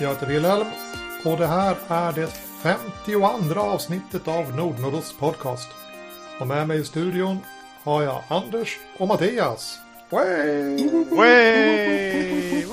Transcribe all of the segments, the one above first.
Jag heter Wilhelm och det här är det 52:a avsnittet av Nordnordos podcast. Och med mig i studion har jag Anders och Mattias. Way! Way!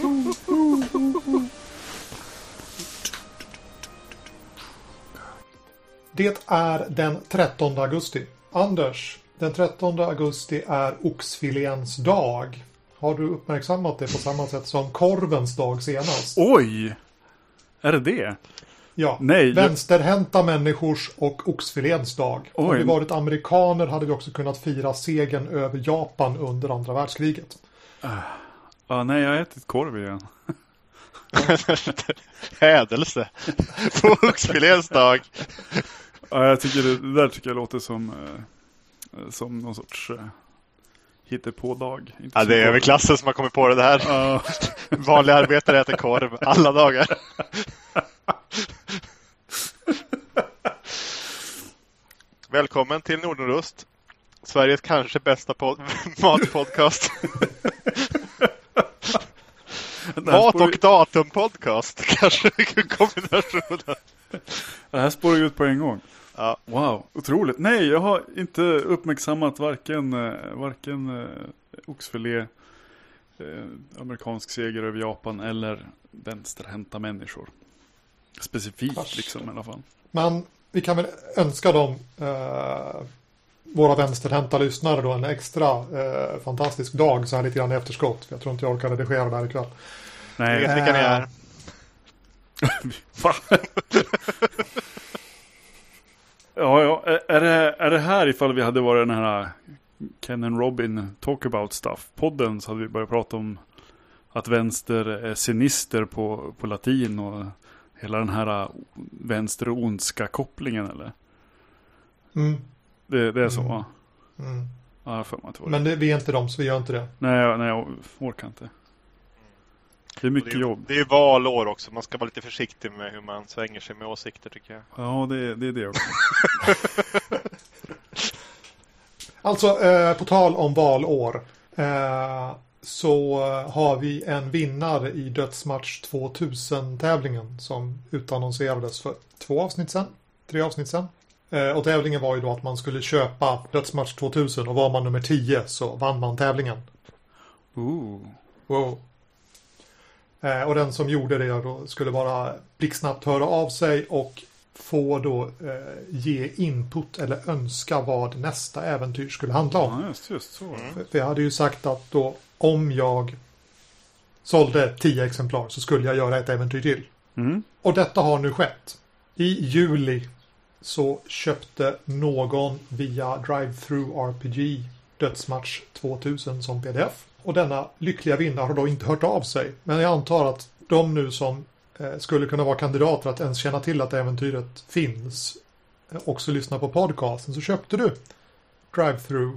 Det är den 13 augusti. Anders, den 13 augusti är oxfiléns dag. Har du uppmärksammat det på samma sätt som korvens dag senast? Oj! Är det det? Ja, Nej, vänsterhänta människors och oxfiléns dag. Om vi varit amerikaner hade vi också kunnat fira segern över Japan under andra världskriget. Nej, jag har ätit korv igen. Hädelse på oxfiléns dag. Ja, jag tycker det där tycker jag låter som någon sorts hittepå-dag. Ja, det är överklassen som har kommit på det här. Vanliga arbetare äter korv alla dagar. Välkommen till Nordnordost, Sveriges kanske bästa matpodcast. Mat- och datum-podcast, kanske kombinationen. Det här spår ut på en gång. Ja. Wow, otroligt. Nej, jag har inte uppmärksammat varken oxfilé, amerikansk seger över Japan eller vänsterhänta människor. Specifikt liksom i alla fall. Men vi kan väl önska dem, våra vänsterhänta lyssnare då, en extra fantastisk dag så här lite grann i efterskott. För jag tror inte jag orkar redigera det här ikväll. Nej, jag vet vilka ni är. Ja, är det här ifall vi hade varit den här Ken and Robin Talk About Stuff-podden så hade vi börjat prata om att vänster är sinister på latin och hela den här vänster- och ondska kopplingen, eller? Mm. Det är så, va? Mm. Ja, för man inte. Men vi är inte dem, så vi gör inte det. Nej, jag orkar inte. Det är mycket jobb. Det är valår också. Man ska vara lite försiktig med hur man svänger sig med åsikter, tycker jag. Ja, det är det också. Alltså, på tal om valår. Så har vi en vinnare i Dödsmatch 2000-tävlingen som utannonserades för 3 avsnitt sedan. Och tävlingen var ju då att man skulle köpa Dödsmatch 2000 och var man nummer 10 så vann man tävlingen. Wow. Och den som gjorde det då skulle bara blixtsnabbt höra av sig och få då ge input eller önska vad nästa äventyr skulle handla om. Ja, just så. För jag hade ju sagt att då om jag sålde 10 exemplar så skulle jag göra ett äventyr till. Mm. Och detta har nu skett. I juli så köpte någon via Drive-Thru RPG Dödsmatch 2000 som pdf. Och denna lyckliga vinnare har då inte hört av sig. Men jag antar att de nu som skulle kunna vara kandidater att ens känna till att äventyret finns också lyssnar på podcasten. Så köpte du Drive-Thru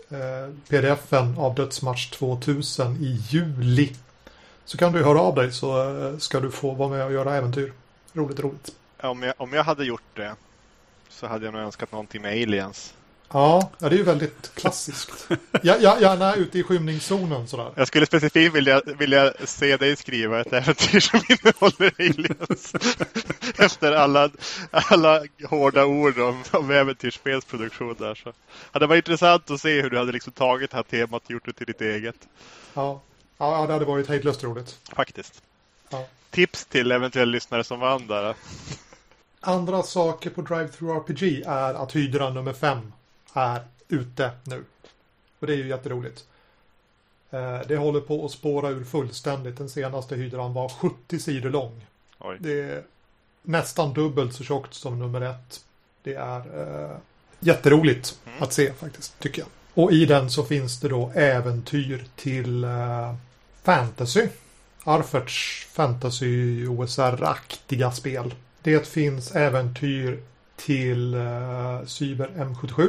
pdf-en av Dödsmatch 2000 i juli. Så kan du höra av dig så ska du få vara med och göra äventyr. Roligt. Om jag hade gjort det så hade jag nog önskat någonting med aliens. Ja, det är ju väldigt klassiskt. Gärna ute i skymningszonen sådär. Jag skulle specifikt vilja se dig skriva ett äventyr som innehåller aliens. Efter alla hårda ord om äventyrsspelsproduktion där. Så. Det var intressant att se hur du hade liksom tagit det här temat och gjort det till ditt eget. Ja, det hade varit hejdlöst roligt. Faktiskt. Ja. Tips till eventuella lyssnare som vann där. Andra saker på Drive-Thru RPG är att hydra nummer 5 är ute nu. Och det är ju jätteroligt. Det håller på att spåra ur fullständigt. Den senaste hydran var 70 sidor lång. Oj. Det är nästan dubbelt så tjockt som nummer 1. Det är jätteroligt att se faktiskt, tycker jag. Och i den så finns det då äventyr till fantasy. Arferts fantasy OSR-aktiga spel. Det finns äventyr till Cyber M77.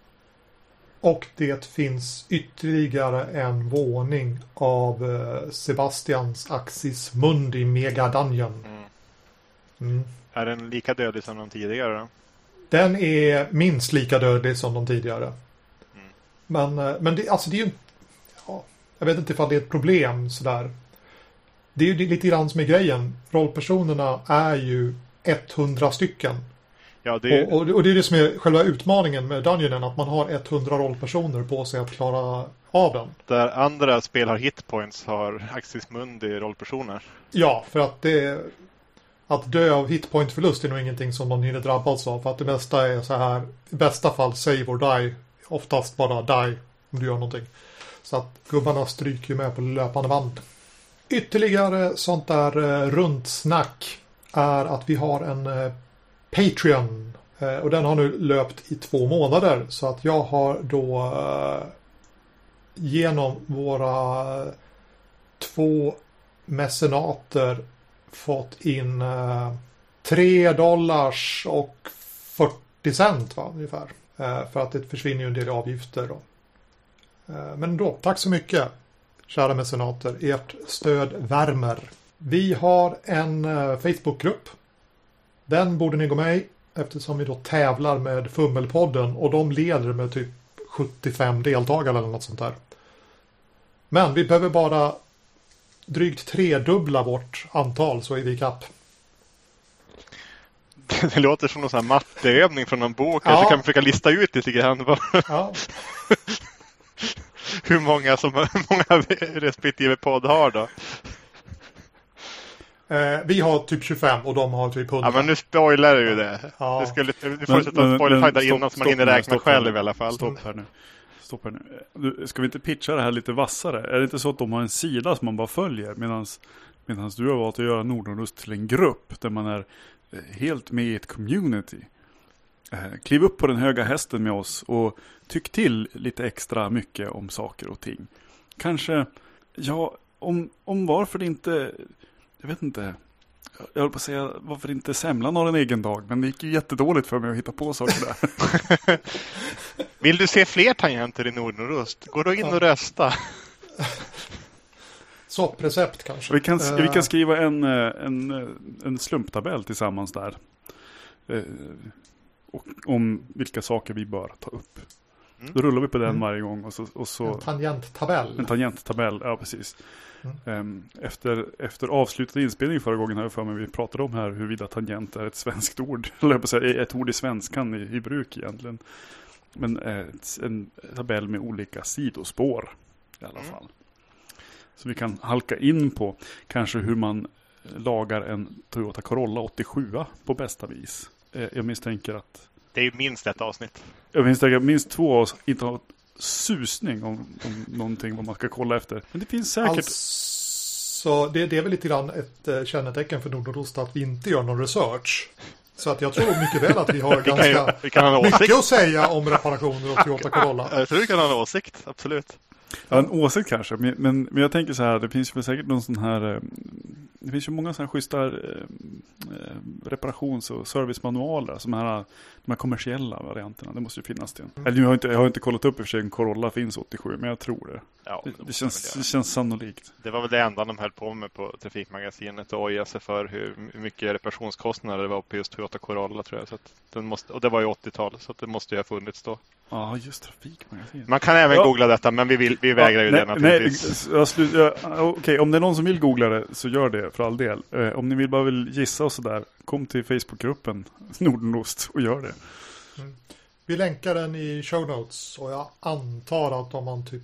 Och det finns ytterligare en våning av Sebastians Axis Mundi Mega Dungeon. Är den lika dödlig som de tidigare då? Den är minst lika dödlig som de tidigare. Men det är ju... Ja, jag vet inte ifall det är ett problem sådär. Det är ju lite grann som är grejen. Rollpersonerna är ju 100 stycken. Ja, det är... Och det är det som är själva utmaningen med Dungeonen, att man har 100 rollpersoner på sig att klara av den. Där andra spel har hitpoints har Axis Mundi rollpersoner. Ja, för att att dö av hitpoint-förlust är nog ingenting som man hinner drabbas av. För att det mesta är så här, i bästa fall save or die. Oftast bara die om du gör någonting. Så att gubbarna stryker ju med på löpande band. Ytterligare sånt där rundsnack är att vi har en Patreon. Och den har nu löpt i 2 månader. Så att jag har då genom våra 2 mecenater fått in $3 och 40 cent ungefär. För att det försvinner ju en del avgifter då. Men då, tack så mycket kära mecenater. Ert stöd värmer. Vi har en Facebookgrupp. Den borde ni gå med i, eftersom vi då tävlar med Fummelpodden och de leder med typ 75 deltagare eller något sånt där. Men vi behöver bara drygt 3-dubbla vårt antal, så är vi i kapp. Det låter som någon sån här matteövning från någon bok. Ja. Så kan vi försöka lista ut lite grann. Ja. hur många respektive podd har då? Vi har typ 25 och de har typ 100. Ja, men nu spoilar du ju det. Ja. Vi får sätta en spoilerfight där innan så man hinner räkna själv i alla fall. Stopp här nu. Ska vi inte pitcha det här lite vassare? Är det inte så att de har en sida som man bara följer medan du har valt att göra Nordenrust till en grupp där man är helt med i ett community? Kliv upp på den höga hästen med oss och tyck till lite extra mycket om saker och ting. Kanske, ja, om varför det inte, jag vet inte, jag höll på att säga varför inte semlan har en egen dag, men det gick ju jättedåligt för mig att hitta på saker där. Vill du se fler tangenter i Nordenrust? Gå då in och rösta. Sopprecept kanske. Vi kan skriva en slumptabell tillsammans där. Om vilka saker vi bör ta upp. Då rullar vi på den varje gång. Och så, en tangenttabell. En tangenttabell, ja precis. Efter avslutad inspelning förra gången här för mig vi pratade om här huruvida tangent är ett svenskt ord. Eller på säga, ett ord i svenskan i bruk egentligen. Men en tabell med olika sidospår i alla fall. Så vi kan halka in på kanske hur man lagar en Toyota Corolla 87 på bästa vis. Jag misstänker att... Det är ju minst ett avsnitt. Jag misstänker att minst 2 av oss inte har susning om någonting vad man ska kolla efter. Men det finns säkert... Alltså, det är väl lite grann ett kännetecken för Nordenrost att vi inte gör någon research. Så att jag tror mycket väl att vi har ganska mycket att säga om reparationer och Toyota Corolla. Jag tror vi kan ha en åsikt, absolut. Ja, en åsikt kanske, men jag tänker så här, det finns väl säkert någon sån här, det finns ju många sådana här schyssta reparations- och servicemanualer, som de här kommersiella varianterna, det måste ju finnas det. Eller jag har inte kollat upp i och för sig en Corolla finns 87, men jag tror det. Ja, det känns sannolikt. Det var väl det enda de höll på med på Trafikmagasinet och oja sig för hur mycket reparationskostnader det var på just Toyota Corolla, tror jag. Så att och det var ju 80-tal, så att det måste ju ha funnits då. Ja, just Trafikmagasinet. Man kan även googla detta, men vi vägrar ju det naturligtvis. Okej, om det är någon som vill googla det så gör det för all del. Om ni bara vill gissa och sådär, kom till Facebookgruppen Nordenrost och gör det. Vi länkar den i show notes och jag antar att om man typ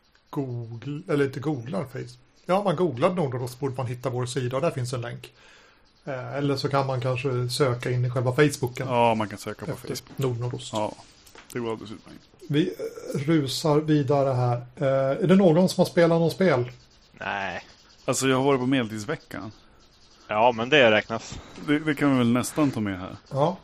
googlar Facebook. Ja, man googlar Nordenrost borde man hitta vår sida och där finns en länk. Eller så kan man kanske söka in i själva Facebooken. Ja, man kan söka på Facebook. Nordenrost. Ja, det går alldeles utmärkt. Vi rusar vidare här. Är det någon som har spelat något spel? Nej. Alltså jag har varit på Medeltidsveckan. Ja, men det räknas. Det kan vi väl nästan ta med här. Ja.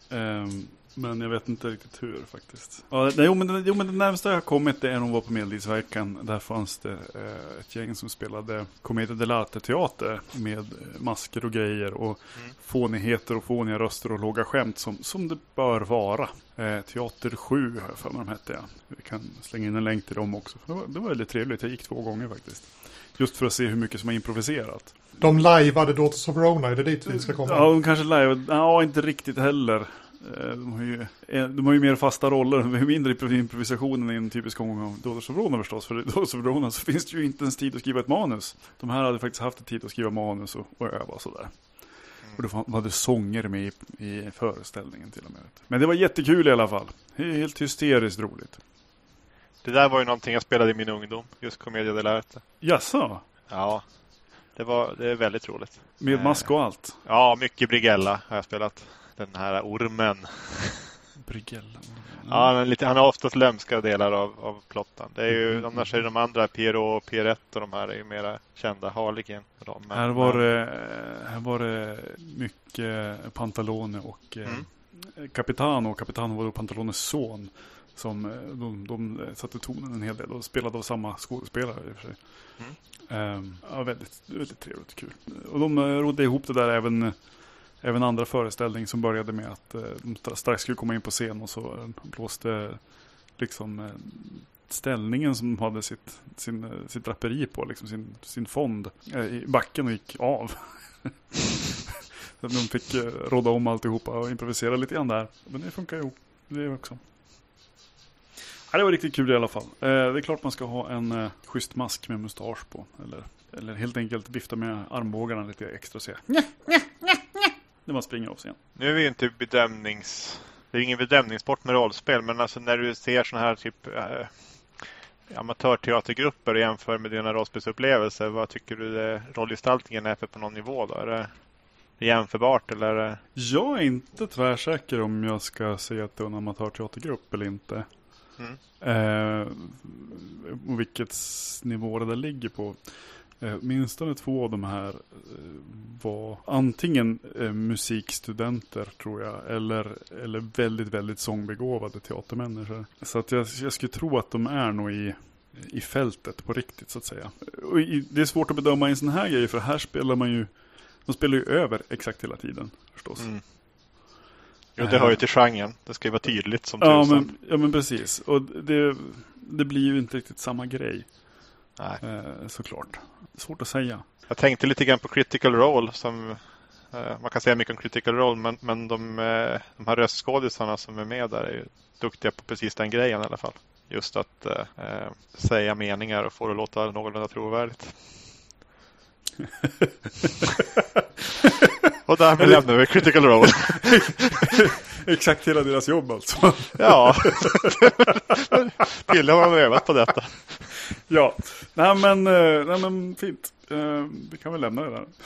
Men jag vet inte riktigt hur faktiskt. Ja, jo, men det närmaste jag har kommit det är nog var på Medeltidsveckan. Där fanns det ett gäng som spelade Commedia dell'arte teater med masker och grejer och fånigheter och fåniga röster och låga skämt som det bör vara. Teater 7 har jag för mig de hette. Vi kan slänga in en länk till dem också. Det var väldigt trevligt. Jag gick 2 gånger faktiskt. Just för att se hur mycket som har improviserat. De liveade Daughters of Rona, är det dit vi ska komma? Ja, de kanske liveade. Ja, inte riktigt heller. De har ju mer fasta roller, de har mindre improvisationen i en typisk omgång av Daughters of Rohan förstås. För i Daughters of Rohan så finns det ju inte ens tid att skriva ett manus. De här hade faktiskt haft tid att skriva manus och öva och sådär. Och de hade sånger med i föreställningen till och med. Men det var jättekul i alla fall. Helt hysteriskt roligt. Det där var ju någonting jag spelade i min ungdom. Just Commedia dell'arte. Jaså? Ja, det är väldigt roligt. Med mask och allt? Ja, mycket Brigella har jag spelat. Den här ormen. Brigella? Ja, han har oftast lömska delar av plottan. Det är ju, annars är de andra Pierrot och Pierrette och de här är ju mera kända. Harligen. Här var det mycket Pantalone och Capitano. Och Capitano var då Pantalones son. Som de satte tonen en hel del och spelade av samma skådespelare i och för sig. Ja, väldigt, väldigt trevligt och kul. Och de rodde ihop det där även andra föreställningar som började med att de strax skulle komma in på scen och så blåste liksom ställningen som hade sitt draperi på, liksom sin fond i backen och gick av. Så de fick råda om alltihopa och improvisera lite grann där. Men det funkar ju det också. Ja, det var riktigt kul i alla fall. Det är klart man ska ha en schysst mask med mustasch på. Eller helt enkelt vifta med armbågarna lite extra och se. När man springer av igen. Nu är vi ju inte det är ingen bedömningssport med rollspel. Men alltså när du ser såna här typ amatörteatergrupper och jämför med dina rollspelsupplevelser. Vad tycker du rollgestaltningen är på någon nivå då? Är det jämförbart eller? Jag är inte tvärsäker om jag ska säga att det är en amatörteatergrupp eller inte. Och vilket nivå det där ligger på. Minstone 2 av de här var antingen musikstudenter tror jag eller väldigt, väldigt sångbegåvade teatermänniskor. Så att jag skulle tro att de är nog i fältet på riktigt så att säga. Och det är svårt att bedöma en sån här grej för här spelar de spelar ju över exakt hela tiden förstås. Jo, det hör ju till genren. Det ska ju vara tydligt som tusan. Ja, men precis. Och det blir ju inte riktigt samma grej. Nej. Såklart. Svårt att säga. Jag tänkte lite grann på Critical Role. Som, man kan säga mycket om Critical Role. Men de här röstskådisarna som är med där är ju duktiga på precis den grejen i alla fall. Just att säga meningar och få det låta någorlunda trovärdigt. Och därmed lämnar vi Critical Role. Exakt hela deras jobb alltså. Ja. Till har man övat på detta. Ja. Nej men fint. Vi kan väl lämna det där.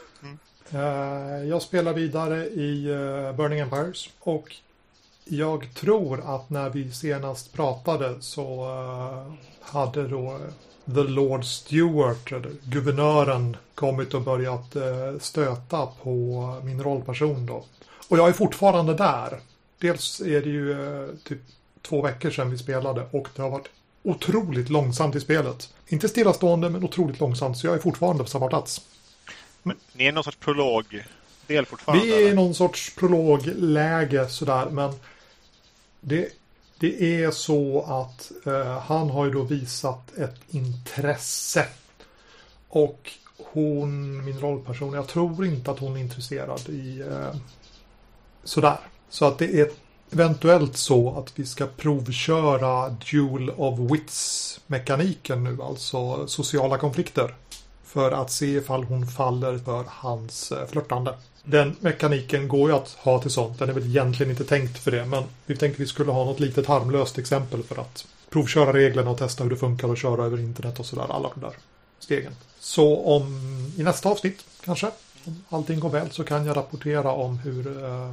Jag spelar vidare i Burning Empires. Och jag tror att när vi senast pratade så hade då The Lord Stewart, eller guvernören, kommit och börjat stöta på min rollperson då. Och jag är fortfarande där. Dels är det ju typ 2 veckor sedan vi spelade och det har varit otroligt långsamt i spelet. Inte stillastående men otroligt långsamt, så jag är fortfarande på samma plats. Men ni är någon sorts prologdel fortfarande? Vi är någon sorts prologläge sådär, men det är så att han har ju då visat ett intresse. Och min rollperson, jag tror inte att hon är intresserad i sådär. Så att det är eventuellt så att vi ska provköra Duel of Wits-mekaniken nu, alltså sociala konflikter. För att se ifall hon faller för hans flörtande. Den mekaniken går ju att ha till sånt. Den är väl egentligen inte tänkt för det. Men vi tänkte vi skulle ha något litet harmlöst exempel för att provköra reglerna och testa hur det funkar och köra över internet och sådär. Alla de där stegen. Så i nästa avsnitt kanske, om allting går väl, så kan jag rapportera om hur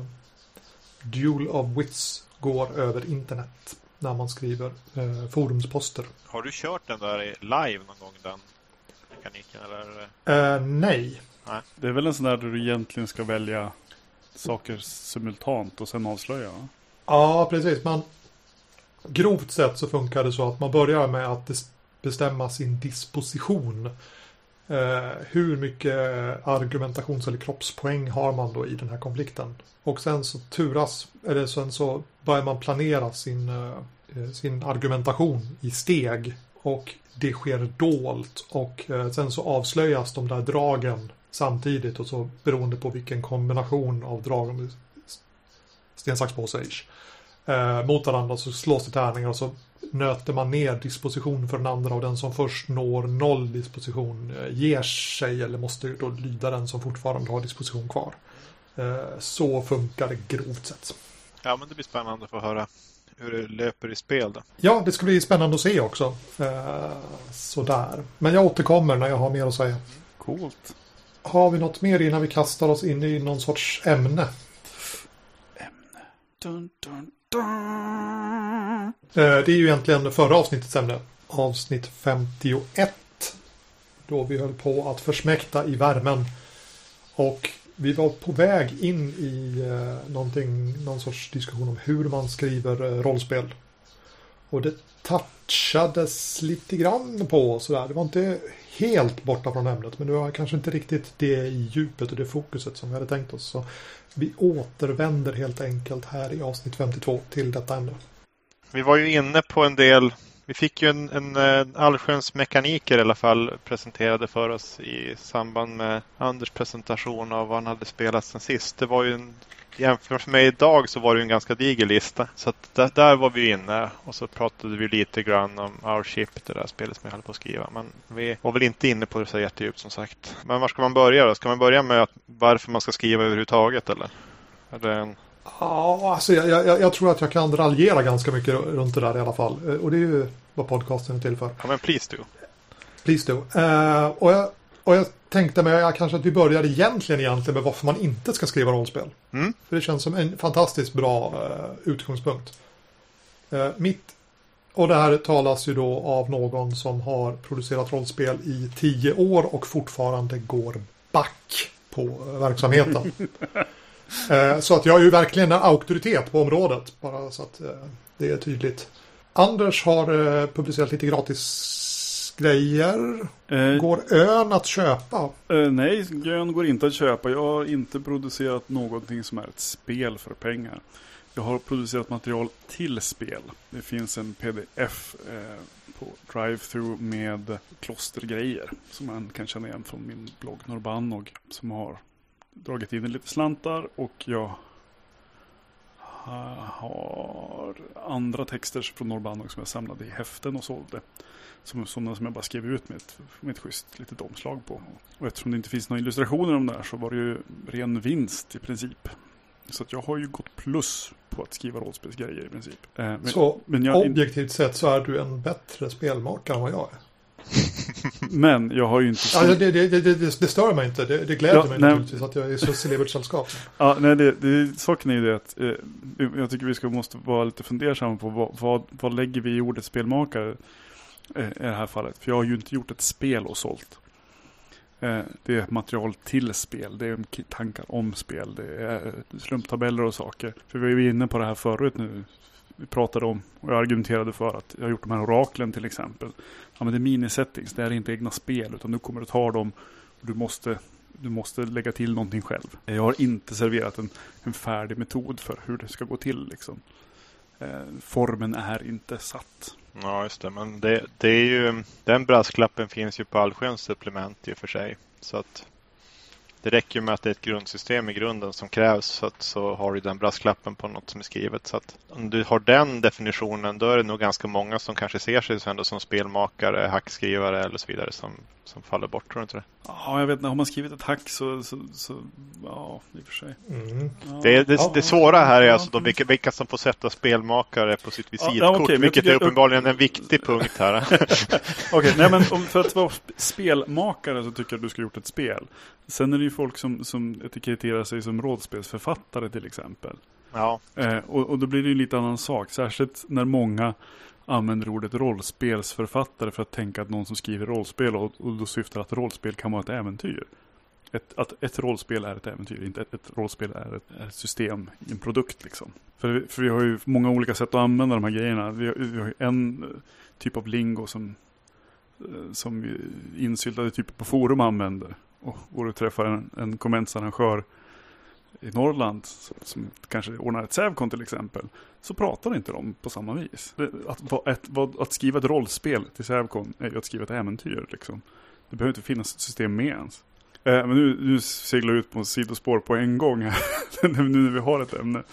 Duel of Wits går över internet när man skriver forumsposter. Har du kört den där live någon gång, den mekaniken? Eller? Nej. Det är väl en sån där du egentligen ska välja saker simultant och sen avslöja? Ja, precis. Men grovt sett så funkar det så att man börjar med att bestämma sin disposition. Hur mycket argumentations- eller kroppspoäng har man då i den här konflikten. Och sen så sen så börjar man planera sin argumentation i steg. Och det sker dolt. Och sen så avslöjas de där dragen samtidigt. Och så beroende på vilken kombination av drag. sten, sax, påse ish. Mot varandra så slås det tärningar och så nöter man ner disposition för den andra och den som först når 0 disposition ger sig eller måste då lyda den som fortfarande har disposition kvar. Så funkar det grovt sett. Ja, men det blir spännande att få höra hur det löper i spel då. Ja, det ska bli spännande att se också. Sådär. Men jag återkommer när jag har mer att säga. Coolt. Har vi något mer innan vi kastar oss in i någon sorts ämne? Dun, dun, dun. Det är ju egentligen förra avsnittets ämne. Avsnitt 51. Då vi höll på att försmäkta i värmen. Och vi var på väg in i någon sorts diskussion om hur man skriver rollspel. Och det touchades lite grann på sådär. Det var inte helt borta från ämnet, men det var kanske inte riktigt det i djupet och det fokuset som vi hade tänkt oss. Så vi återvänder helt enkelt här i avsnitt 52 till detta ämne. Vi var ju inne på en del. Vi fick ju en allsköns mekaniker i alla fall presenterade för oss i samband med Anders presentation av vad han hade spelat sen sist. Det var ju jämfört med idag så var det ju en ganska diger lista. Så att där var vi inne och så pratade vi lite grann om Our Ship, det där spelet som jag höll på att skriva. Men vi var väl inte inne på det så jättedjupt som sagt. Men var ska man börja då? Ska man börja med varför man ska skriva överhuvudtaget eller? Är det en... Ja, alltså jag tror att jag kan raljera ganska mycket runt det där i alla fall. Och det är ju vad podcasten är till för. Ja, men please do. Please do. Och jag tänkte mig kanske att vi börjar egentligen med varför man inte ska skriva rollspel. För det känns som en fantastiskt bra utgångspunkt. Och det här talas ju då av någon som har producerat rollspel i 10 år och fortfarande går back på verksamheten. Så att jag är ju verkligen en auktoritet på området. Bara så att det är tydligt. Anders har publicerat lite gratis grejer. Går ön att köpa? Nej, ön går inte att köpa. Jag har inte producerat någonting som är ett spel för pengar. Jag har producerat material till spel. Det finns en pdf på DriveThru med klostergrejer som man kan känna igen från min blogg Norbanog som har dragit in lite slantar och jag har andra texter från Norbanog som jag samlade i häften och sålde. Sådana som jag bara skrev ut med ett schysst litet omslag på. Och eftersom det inte finns några illustrationer om det här så var det ju ren vinst i princip. Så att jag har ju gått plus på att skriva rollspelsgrejer i princip. Men objektivt sett så är du en bättre spelmakare än vad jag är. Men jag har ju inte... Ja, det stör mig inte. Det gläder mig naturligtvis att jag är så celebert sällskap. Ja, nej, saken är ju det att jag tycker måste vara lite fundersamma på vad lägger vi i ordet spelmakare i det här fallet. För jag har ju inte gjort ett spel och sålt. Det är material till spel. Det är tankar om spel. Det är slumptabeller och saker. För vi var ju inne på det här förut nu. Vi pratade om och jag argumenterade för att jag har gjort de här oraklen till exempel. Ja, men det är minisettings. Det är inte egna spel utan du kommer att ta dem och du måste lägga till någonting själv. Jag har inte serverat en färdig metod för hur det ska gå till liksom. Formen är inte satt. Ja, just det. Men det är ju, den brasklappen finns ju på allsköns supplement i och för sig. Så att det räcker ju med att det är ett grundsystem i grunden som krävs så har du den brasklappen på något som är skrivet. Så att om du har den definitionen då är det nog ganska många som kanske ser sig ändå som spelmakare, hackskrivare eller så vidare som faller bort, tror du inte det? Ja, jag vet inte. Har man skrivit ett hack så ja, i och för sig. Ja. Det svåra här är alltså vilka som får sätta spelmakare på sitt visitkort, vilket är uppenbarligen en viktig punkt här. Okej, nej men för att vara spelmakare så tycker jag att du ska ha gjort ett spel. Sen är det ju folk som etiketterar sig som rådspelsförfattare till exempel. Ja. Och då blir det ju en lite annan sak. Särskilt när många använder ordet rollspelsförfattare för att tänka att någon som skriver rollspel och då syftar att rollspel kan vara ett äventyr. Att ett rollspel är ett äventyr, inte ett rollspel är ett system, en produkt liksom. För vi har ju många olika sätt att använda de här grejerna. Vi har en typ av lingo som insyltade typer på forum använder. Och går och träffar en konventsarrangör i Norrland som kanske ordnar ett Sävkon till exempel, så pratar inte de på samma vis. Att skriva ett rollspel till Sävkon är ju att skriva ett äventyr liksom. Det behöver inte finnas ett system med ens. Men nu seglar jag ut på sidospår på en gång här. Nu när vi har ett ämne.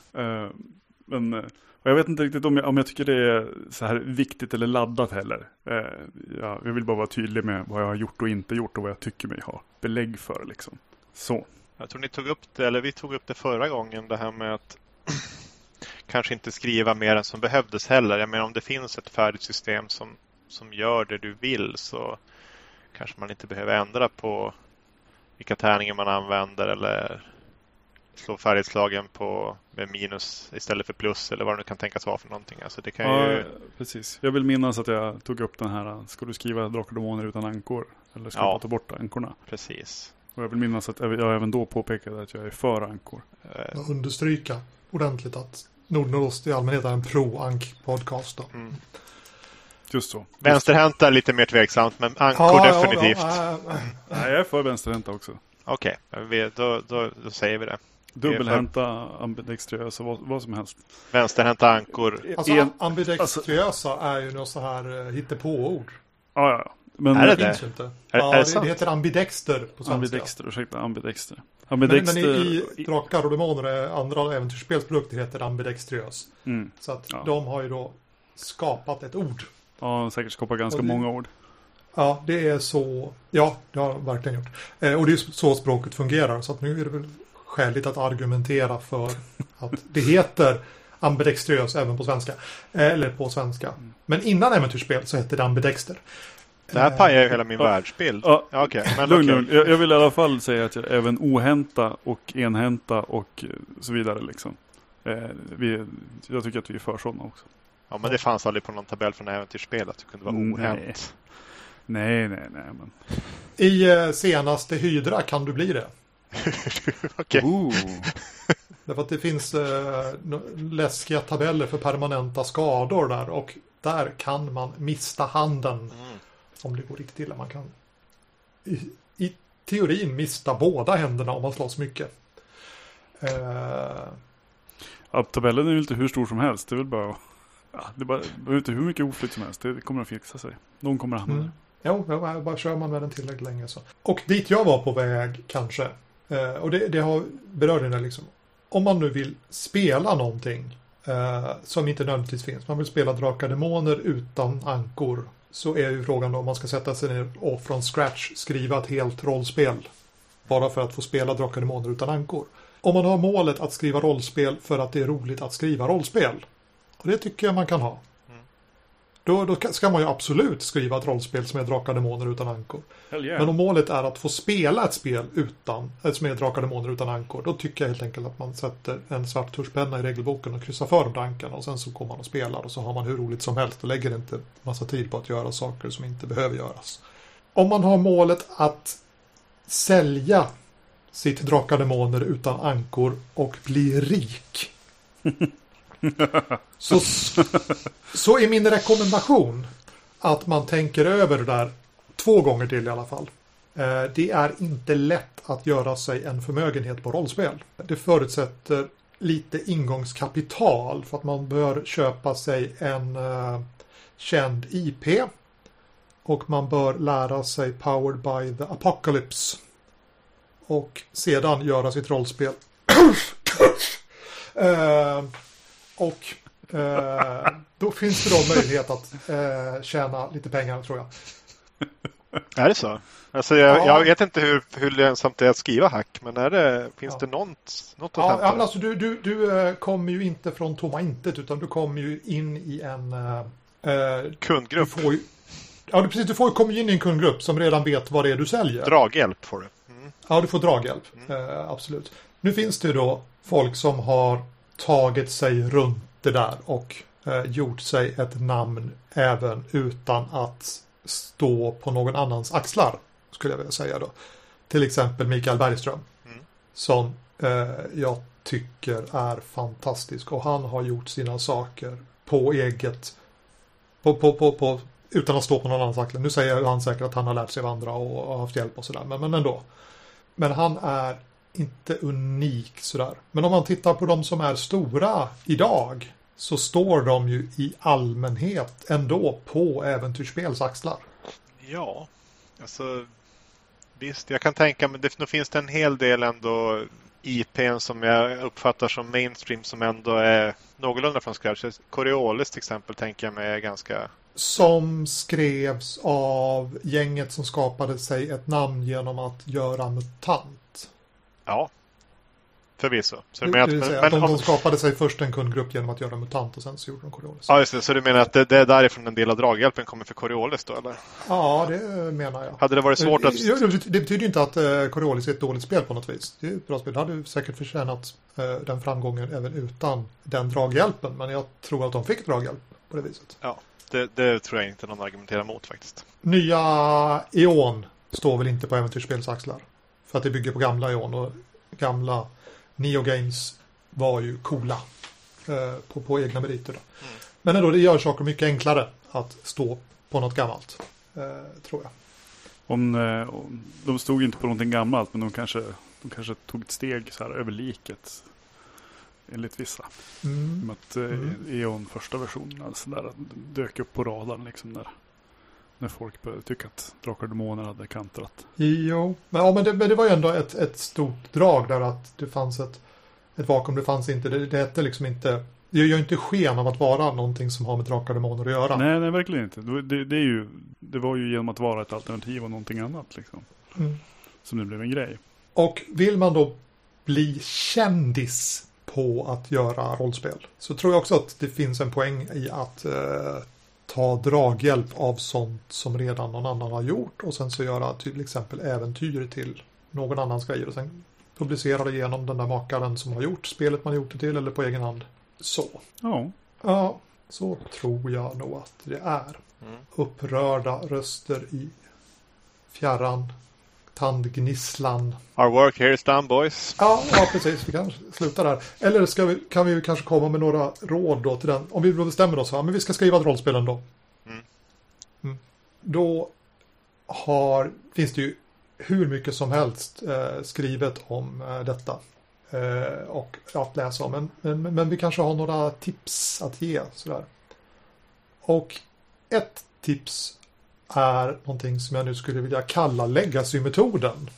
Men och jag vet inte riktigt om jag tycker det är så här viktigt eller laddat heller. Jag vill bara vara tydlig med vad jag har gjort och inte gjort och vad jag tycker mig ha belägg för liksom. Så. Jag tror ni tog upp det, eller vi tog upp det förra gången, det här med att kanske inte skriva mer än som behövdes heller. Jag menar, om det finns ett färdigt system som gör det du vill, så kanske man inte behöver ändra på vilka tärningar man använder eller slå färdigslagen med minus istället för plus eller vad det nu kan tänkas vara för någonting. Alltså det kan ju... precis. Jag vill minnas att jag tog upp den här, ska du skriva Drakar och Demoner utan ankor? Eller ska du ta bort ankorna? Precis. Och jag vill minnas att jag även då påpekade att jag är för ankor. Jag understryka ordentligt att Nordnordost i allmänhet är en pro-ank-podcast då. Mm. Just så. Vänsterhänta är lite mer tveksamt, men ankor definitivt. Nej, jag är för vänsterhänta också. Okej, då säger vi det. Dubbelhänta, ambidextrösa, vad som helst. Vänsterhänta ankor. Alltså ambidextrösa är ju något så här hittepå-ord. Ja. Men är det finns ju inte. Det heter ambidexter på svenska. Ambidexter. Men i Drakar och Demoner och andra äventyrsspelsprodukter heter ambidextrös. Så att de har ju då skapat ett ord. Ja, säkert skapat ganska många ord. Ja, det är så. Ja, det har verkligen gjort. Och det är så språket fungerar. Så att nu är det väl skäligt att argumentera för att det heter ambidextrös även på svenska. Eller på svenska. Men innan äventyrsspel så hette det ambidexter. Det här pajar ju hela min världsbild. Lugn. Jag vill i alla fall säga att jag även ohänta och enhänta och så vidare liksom. Jag tycker att vi är för sådana också. Ja, men det fanns aldrig på någon tabell från äventyrsspel att det kunde vara ohänt. Nej. Men... I senaste Hydra kan du bli det. Okej. Därför att det finns läskiga tabeller för permanenta skador där. Och där kan man mista handen. Om det går riktigt illa. Man kan i teorin mista båda händerna om man slåss mycket. Ja, tabellen är ju inte hur stor som helst. Det är väl bara... Ja, det är inte hur mycket oflytt som helst. Det kommer att fixa sig. De kommer att hamna där. Jo, bara kör man med den tillräckligt länge så. Och dit jag var på väg kanske. Och det har berört det liksom. Om man nu vill spela någonting som inte nödvändigtvis finns. Man vill spela Drakar och Demoner utan ankor. Så är ju frågan då om man ska sätta sig ner och från scratch skriva ett helt rollspel. Bara för att få spela Drakar och Demoner utan ankor. Om man har målet att skriva rollspel för att det är roligt att skriva rollspel. Och det tycker jag man kan ha. Då ska man ju absolut skriva ett rollspel som är Drakar och Demoner utan ankor. Yeah. Men om målet är att få spela ett spel som är Drakar och Demoner utan ankor, då tycker jag helt enkelt att man sätter en svart tuschpenna i regelboken och kryssar för de ankarna och sen så kommer man och spelar och så har man hur roligt som helst och lägger inte massa tid på att göra saker som inte behöver göras. Om man har målet att sälja sitt Drakar och Demoner utan ankor och bli rik så är min rekommendation att man tänker över det där 2 gånger till i alla fall. Det är inte lätt att göra sig en förmögenhet på rollspel. Det förutsätter lite ingångskapital för att man bör köpa sig en känd IP och man bör lära sig Powered by the Apocalypse och sedan göra sitt rollspel. Och då finns det då möjlighet att tjäna lite pengar, tror jag. Är det så? Alltså jag vet inte hur lönsamt det är att skriva hack, men finns det något att hämta? Ja, men alltså du kommer ju inte från tomma intet, utan du kommer ju in i en kundgrupp. Du kommer ju in i en kundgrupp som redan vet vad det är du säljer. Draghjälp får du. Ja, du får draghjälp. Absolut. Nu finns det ju då folk som har tagit sig runt det där och gjort sig ett namn även utan att stå på någon annans axlar, skulle jag vilja säga då. Till exempel Mikael Bergström som jag tycker är fantastisk, och han har gjort sina saker på eget på utan att stå på någon annans axlar. Nu säger han säkert att han har lärt sig av andra och har haft hjälp och sådär, men ändå. Men han är inte unik sådär. Men om man tittar på de som är stora idag, så står de ju i allmänhet ändå på äventyrsspels axlar. Ja, alltså visst, jag kan tänka mig det finns det en hel del ändå IPn som jag uppfattar som mainstream som ändå är någorlunda från scratch. Coriolis till exempel tänker jag mig är ganska... Som skrevs av gänget som skapade sig ett namn genom att göra MUTANT. Ja, förvisso. Så det vill säga att de skapade sig först en kundgrupp genom att göra MUTANT och sen så gjorde de Coriolis. Ja, just det. Så du menar att det är därifrån en del av draghjälpen kommer för Coriolis då, eller? Ja, det menar jag. Hade det varit svårt att... Det betyder ju inte att Coriolis är ett dåligt spel på något vis. Det är ett bra spel. Det hade ju säkert förtjänat den framgången även utan den draghjälpen. Men jag tror att de fick draghjälp på det viset. Ja, det tror jag inte någon argumenterar mot faktiskt. Nya Eon står väl inte på äventyrsspelsaxlar. För att det bygger på gamla Eon och gamla Neo Games var ju coola på egna meriter då. Men ändå, det gör saker mycket enklare att stå på något gammalt, tror jag. De stod inte på någonting gammalt, men de kanske tog ett steg så här över liket enligt vissa. Med att Eon första versionen alltså där dök upp på radarn liksom när folk började tycka att Drakar och Demoner hade kantrat. Jo, men det var ju ändå ett stort drag där att det fanns ett vakuum, det fanns inte, det hette liksom inte, det gör inte sken av att vara någonting som har med Drakar och Demoner att göra. Nej, verkligen inte. Det var ju genom att vara ett alternativ och någonting annat liksom. Som det blev en grej. Och vill man då bli kändis på att göra rollspel så tror jag också att det finns en poäng i att ta draghjälp av sånt som redan någon annan har gjort och sen så göra till exempel äventyr till någon annans grejer och sen publicera det genom den där makaren som har gjort spelet man gjort det till eller på egen hand. Så. Ja, så tror jag nog att det är. Upprörda röster i fjärran, tandgnisslan. Our work here is done, boys. Ja, precis. Vi kan sluta där. Eller kan vi kanske komma med några råd då till den. Om vi bestämmer oss, men vi ska skriva ett rollspel ändå. Då finns det ju hur mycket som helst skrivet om detta. Och att läsa om. Men vi kanske har några tips att ge. Sådär. Och ett tips är någonting som jag nu skulle vilja kalla legacy-metoden.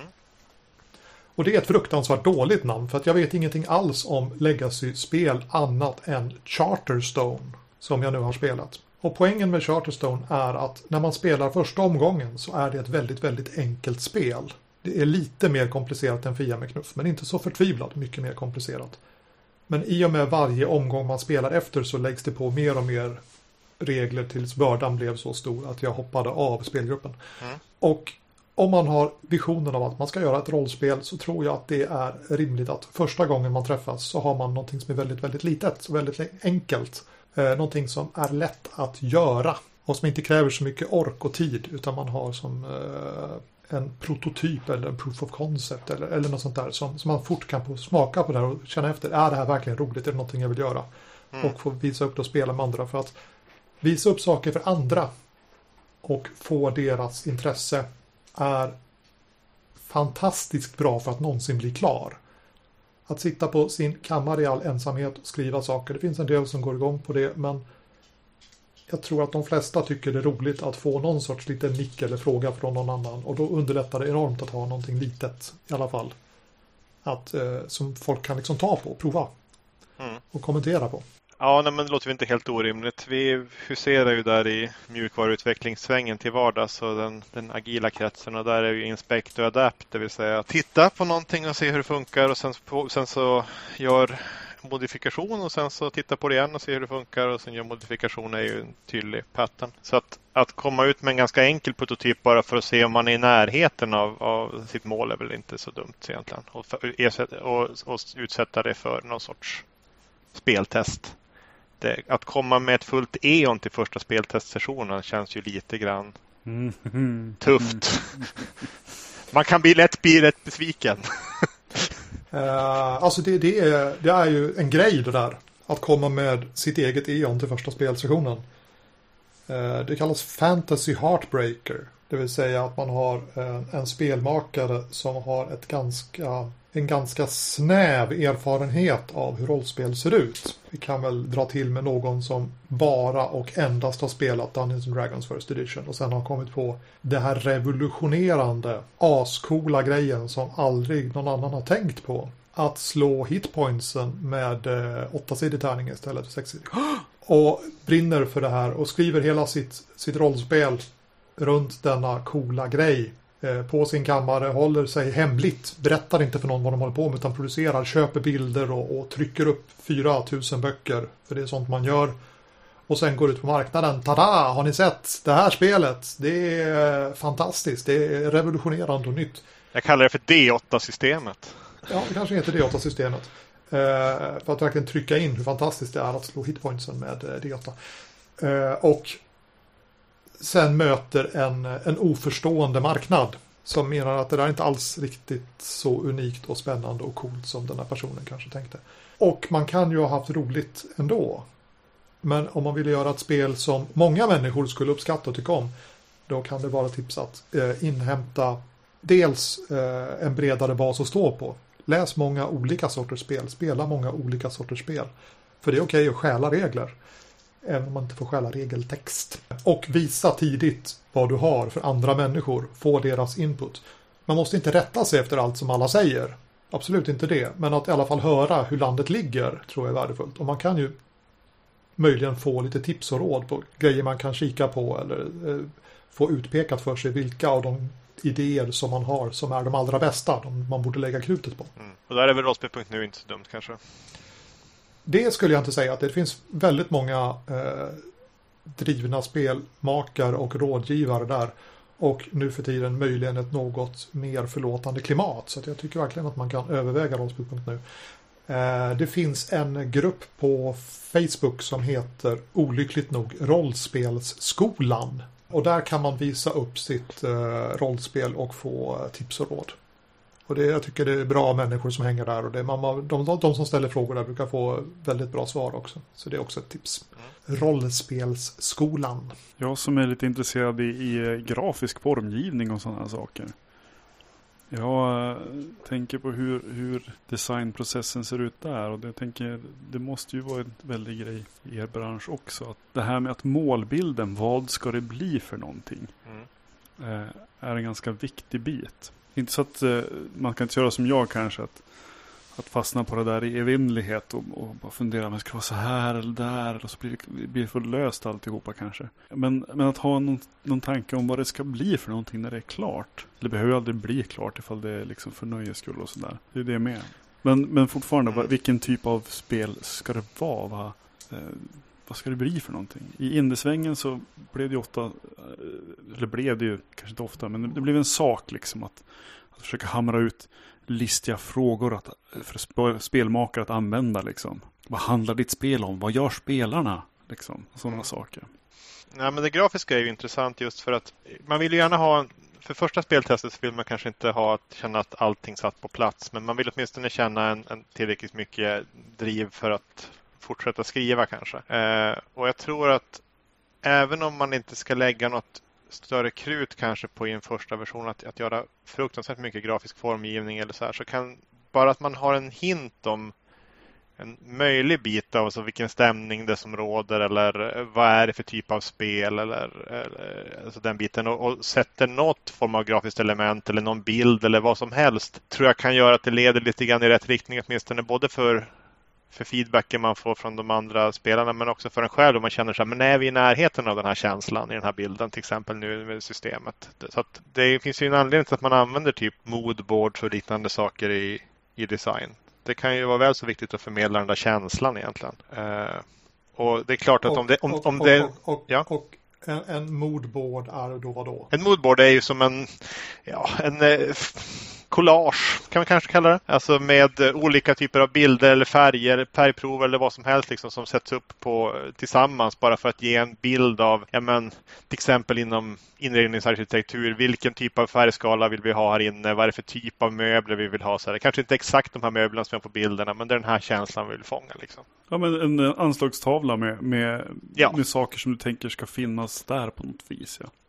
Och det är ett fruktansvärt dåligt namn för att jag vet ingenting alls om legacy-spel annat än Charterstone som jag nu har spelat. Och poängen med Charterstone är att när man spelar första omgången så är det ett väldigt, väldigt enkelt spel. Det är lite mer komplicerat än Fia med knuff, men inte så förtvivlat mycket mer komplicerat. Men i och med varje omgång man spelar efter så läggs det på mer och mer regler tills bördan blev så stor att jag hoppade av spelgruppen. Och om man har visionen av att man ska göra ett rollspel så tror jag att det är rimligt att första gången man träffas så har man någonting som är väldigt, väldigt litet och väldigt enkelt. Någonting som är lätt att göra och som inte kräver så mycket ork och tid utan man har som en prototyp eller en proof of concept eller något sånt där som man fort kan få smaka på det här och känna efter, är det här verkligen roligt, är det någonting jag vill göra? Och få visa upp det och spela med andra för att visa upp saker för andra och få deras intresse är fantastiskt bra för att någonsin bli klar. Att sitta på sin kammare i all ensamhet och skriva saker, det finns en del som går igång på det, men jag tror att de flesta tycker det är roligt att få någon sorts liten nick eller fråga från någon annan och då underlättar det enormt att ha någonting litet i alla fall. Som folk kan liksom ta på och prova och kommentera på. Ja, men det låter inte helt orimligt. Vi huserar ju där i mjukvaruutvecklingssvängen till vardags och den agila kretsen och där är ju inspect och adapt, det vill säga titta på någonting och se hur det funkar och sen så gör modifikation och sen så titta på det igen och se hur det funkar och sen gör modifikation är ju en tydlig pattern. Så att komma ut med en ganska enkel prototyp bara för att se om man är i närheten av sitt mål är väl inte så dumt egentligen. Och utsätta det för någon sorts speltest. Att komma med ett fullt Eon till första speltestsessionen känns ju lite grann tufft. Man kan lätt bli rätt besviken. Alltså det är ju en grej det där. Att komma med sitt eget Eon till första spelsessionen. Det kallas Fantasy Heartbreaker. Det vill säga att man har en spelmakare som har en ganska snäv erfarenhet av hur rollspel ser ut. Vi kan väl dra till med någon som bara och endast har spelat Dungeons and Dragons First Edition och sen har kommit på det här revolutionerande, ascoola grejen som aldrig någon annan har tänkt på. Att slå hitpointsen med 8-sidig tärning istället för 6-sidig. Och brinner för det här och skriver hela sitt rollspel runt denna coola grej på sin kammare, håller sig hemligt, berättar inte för någon vad de håller på med utan producerar, köper bilder och trycker upp 4000 böcker, för det är sånt man gör, och sen går ut på marknaden. Tada! Har ni sett det här spelet? Det är fantastiskt, det är revolutionerande och nytt. Jag kallar det för D8-systemet. Ja, det kanske heter D8-systemet. För att verkligen trycka in hur fantastiskt det är att slå hitpointsen med D8. Och sen möter en oförstående marknad som menar att det där är inte alls riktigt så unikt och spännande och coolt som den här personen kanske tänkte. Och man kan ju ha haft roligt ändå. Men om man vill göra ett spel som många människor skulle uppskatta och tycka om, då kan det vara tips att inhämta dels en bredare bas att stå på. Läs många olika sorters spel, spela många olika sorters spel. För det är okej att stjäla regler. Även om man inte får stjäla regeltext. Och visa tidigt vad du har för andra människor. Få deras input. Man måste inte rätta sig efter allt som alla säger. Absolut inte det. Men att i alla fall höra hur landet ligger tror jag är värdefullt. Och man kan ju möjligen få lite tips och råd på grejer man kan kika på. Eller få utpekat för sig vilka av de idéer som man har som är de allra bästa. De man borde lägga krutet på. Och där är väl rollspel.nu inte så dumt kanske. Det skulle jag inte säga, att det finns väldigt många drivna spelmakare och rådgivare där. Och nu för tiden möjligen ett något mer förlåtande klimat. Så att jag tycker verkligen att man kan överväga rollspel.nu. Det finns en grupp på Facebook som heter olyckligt nog Rollspelsskolan. Och där kan man visa upp sitt rollspel och få tips och råd. Och jag tycker det är bra människor som hänger där. Och de som ställer frågor där brukar få väldigt bra svar också. Så det är också ett tips. Rollspelsskolan. Jag som är lite intresserad i grafisk formgivning och sådana saker. Jag tänker på hur designprocessen ser ut där. Och det måste ju vara en väldig grej i er bransch också. Att det här med att målbilden, vad ska det bli för någonting? Är en ganska viktig bit. Inte så att man kan inte göra som jag kanske, att fastna på det där i evinnerlighet och bara fundera om det ska vara så här eller där, och så blir det för löst alltihopa kanske. Men att ha någon tanke om vad det ska bli för någonting när det är klart. Det behöver ju aldrig bli klart ifall det är liksom för nöjes skull och sådär. Det är det med. Men fortfarande, vilken typ av spel ska det vara? Vad ska det bli för någonting? I indiesvängen så blev det ju ofta, eller blev det ju kanske inte ofta, men det blev en sak liksom att försöka hamra ut listiga frågor för spelmakare att använda liksom. Vad handlar ditt spel om? Vad gör spelarna? Liksom, sådana saker. Ja, men det grafiska är ju intressant just för att man vill ju gärna ha, för första speltestet så vill man kanske inte känna att allting satt på plats, men man vill åtminstone känna en tillräckligt mycket driv för att fortsätta skriva kanske. Och jag tror att även om man inte ska lägga något större krut kanske på i en första version att göra fruktansvärt mycket grafisk formgivning eller så här, så kan bara att man har en hint om en möjlig bit av alltså vilken stämning det som råder eller vad är det för typ av spel eller alltså den biten och sätter något form av grafiskt element eller någon bild eller vad som helst, tror jag kan göra att det leder lite grann i rätt riktning åtminstone, både för feedbacken man får från de andra spelarna men också för en själv, om man känner så här, men är vi i närheten av den här känslan i den här bilden till exempel nu med systemet. Så att det finns ju en anledning till att man använder typ moodboards och liknande saker i design. Det kan ju vara väl så viktigt att förmedla den där känslan egentligen. Och det är klart att och en moodboard är då vad då? En moodboard är ju som en collage kan man kanske kalla det. Alltså med olika typer av bilder eller färger, färgprov eller vad som helst liksom, som sätts upp tillsammans bara för att ge en bild av, till exempel inom inredningsarkitektur, vilken typ av färgskala vill vi ha här inne, vad är det för typ av möbler vi vill ha. Så här. Kanske inte exakt de här möblerna som är på bilderna, men det är den här känslan vi vill fånga. Liksom. Ja, men en anslagstavla med saker som du tänker ska finnas där på något vis. Ja.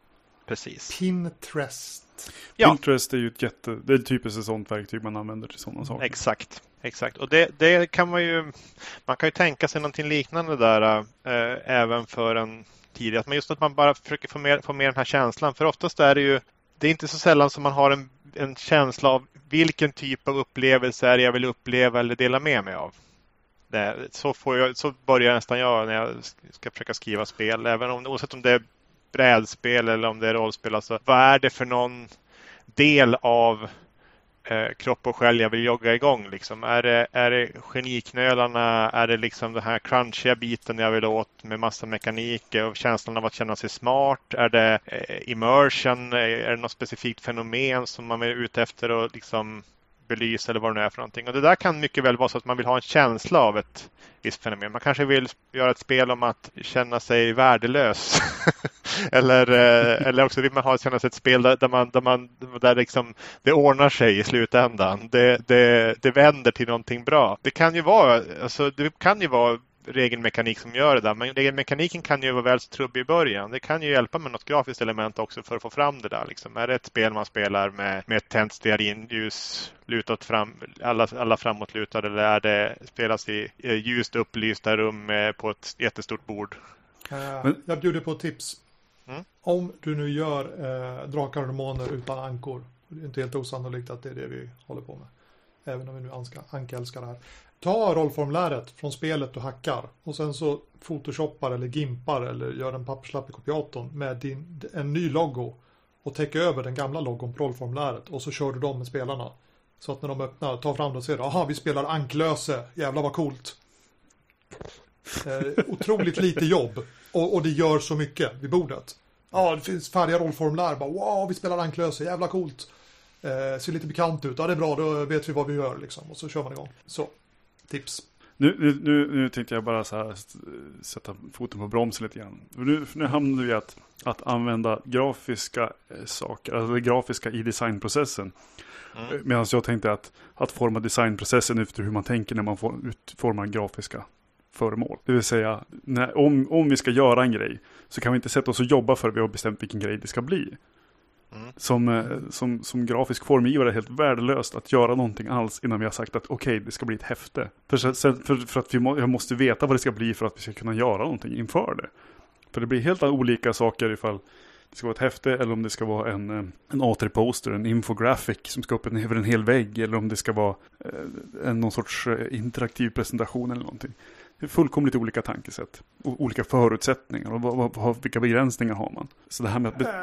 precis. Pinterest. Ja. Pinterest är ju det är typiskt ett sånt verktyg man använder till sådana saker. Exakt. Och det kan man kan ju tänka sig någonting liknande där även för en tidigare. Att man bara försöker få mer den här känslan. För oftast är det är inte så sällan som man har en känsla av vilken typ av upplevelse är jag vill uppleva eller dela med mig av. Så börjar nästan jag när jag ska försöka skriva spel. Oavsett om det är brädspel eller om det är rollspel. Alltså, vad är det för någon del av kropp och själ jag vill jogga igång? Liksom? Är det geniknölarna? Är det liksom den här crunchiga biten jag vill åt med massa mekanik och känslan av att känna sig smart? Är det immersion? Är det något specifikt fenomen som man är ute efter och liksom belysa eller vad det är för någonting. Och det där kan mycket väl vara så att man vill ha en känsla av ett visst fenomen. Man kanske vill göra ett spel om att känna sig värdelös. eller också vill man känna sig ett spel där liksom det ordnar sig i slutändan. Det vänder till någonting bra. Det kan ju vara regelmekanik som gör det där. Men regelmekaniken kan ju vara väl så trubbig i början. Det kan ju hjälpa med något grafiskt element också för att få fram det där. Liksom. Är det ett spel man spelar med ett tänt stearinljus lutat fram, alla framåtlutade, eller är det spelas i ljust upplysta rum på ett jättestort bord? Jag bjuder på ett tips. Om du nu gör drakar och demoner utan ankor, det är inte helt osannolikt att det är det vi håller på med. Även om vi nu anka-älskar det här. Ta rollformläret från spelet du hackar och sen så photoshoppar eller gimpar eller gör en papperslapp i kopiatorn med en ny logo och täcker över den gamla logon på rollformläret och så kör du dem med spelarna. Så att när de öppnar, tar fram det och ser, aha, vi spelar anklöse, jävlar vad coolt. Otroligt lite jobb och det gör så mycket vid bordet. Ja, det finns färdiga rollformulär, bara wow, vi spelar anklöse, jävla coolt. Ser lite bekant ut, ja det är bra, då vet vi vad vi gör liksom. Och så kör man igång. Så, tips. Nu tänkte jag bara så här sätta foten på bromsen lite grann. Nu hamnar vi att använda grafiska saker, alltså det grafiska i designprocessen. Medan jag tänkte att forma designprocessen efter hur man tänker när man utformar grafiska föremål. Det vill säga, om vi ska göra en grej så kan vi inte sätta oss och jobba för att vi har bestämt vilken grej det ska bli. Som grafisk formgivare är det helt värdelöst att göra någonting alls innan vi har sagt att okej, det ska bli ett häfte. För att jag måste veta vad det ska bli för att vi ska kunna göra någonting inför det. För det blir helt olika saker ifall det ska vara ett häfte eller om det ska vara en A3-poster, en infographic som ska upp över en hel vägg, eller om det ska vara någon sorts interaktiv presentation eller någonting. Det är fullkomligt olika tankesätt och olika förutsättningar och vilka begränsningar har man. Så det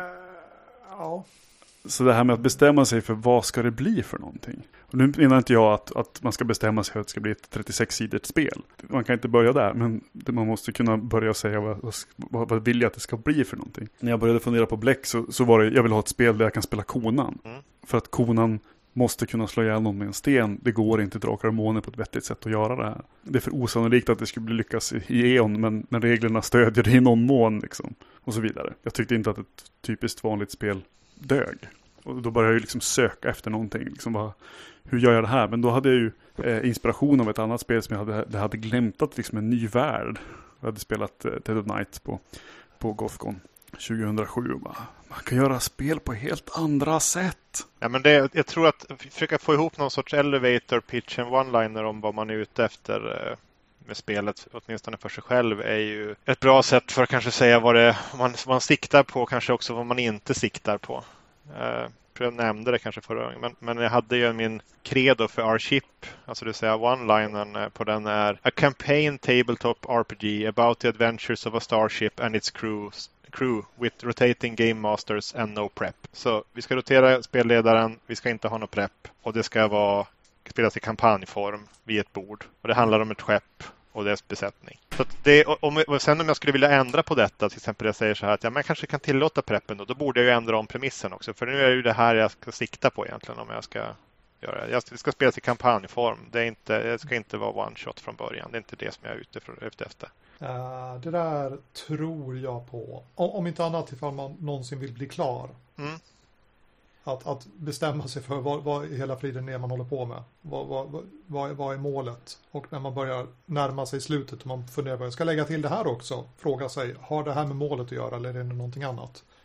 här med att bestämma sig för vad ska det bli för någonting. Och nu menar inte jag att man ska bestämma sig för att det ska bli ett 36-sidigt spel. Man kan inte börja där, men man måste kunna börja säga vad vill jag att det ska bli för någonting. När jag började fundera på Bleck så var det, jag vill ha ett spel där jag kan spela konan. För att konan måste kunna slå ihjäl någon med en sten. Det går inte drakar och måner på ett vettigt sätt att göra det här. Det är för osannolikt att det skulle bli lyckas i Eon, men reglerna stödjer det i någon mån liksom. Och så vidare. Jag tyckte inte att ett typiskt vanligt spel dög. Och då började jag liksom söka efter någonting. Liksom hur gör jag det här? Men då hade jag ju inspiration av ett annat spel som jag hade glämtat liksom en ny värld. Jag hade spelat Dead of Night på Gothcon 2007 och bara, man kan göra spel på helt andra sätt. Ja, men jag tror att försöka få ihop någon sorts elevator pitch and one-liner om vad man är ute efter med spelet, åtminstone för sig själv, är ju ett bra sätt för att kanske säga vad man siktar på, kanske också vad man inte siktar på. Jag nämnde det kanske förra gången, men jag hade ju min credo för R-Ship, alltså det vill säga one-linern på den är A campaign tabletop RPG about the adventures of a starship and its crew with rotating game masters and no prep. Så vi ska rotera spelledaren, vi ska inte ha någon prep och det ska spelas i kampanjform vid ett bord. Och det handlar om ett skepp och dess besättning. Så att sen om jag skulle vilja ändra på detta, till exempel jag säger så här att man kanske kan tillåta preppen då borde jag ju ändra om premissen också. För nu är det ju det här jag ska sikta på egentligen om jag ska göra. Det ska spelas i kampanjform. Det ska inte vara one shot från början. Det är inte det som jag är ute efter. Det där tror jag på. Om inte annat ifall man någonsin vill bli klar. Att bestämma sig för vad i hela friden är man håller på med. Vad är målet? Och när man börjar närma sig slutet och man funderar på, jag ska lägga till det här också. Fråga sig, har det här med målet att göra eller är det någonting annat?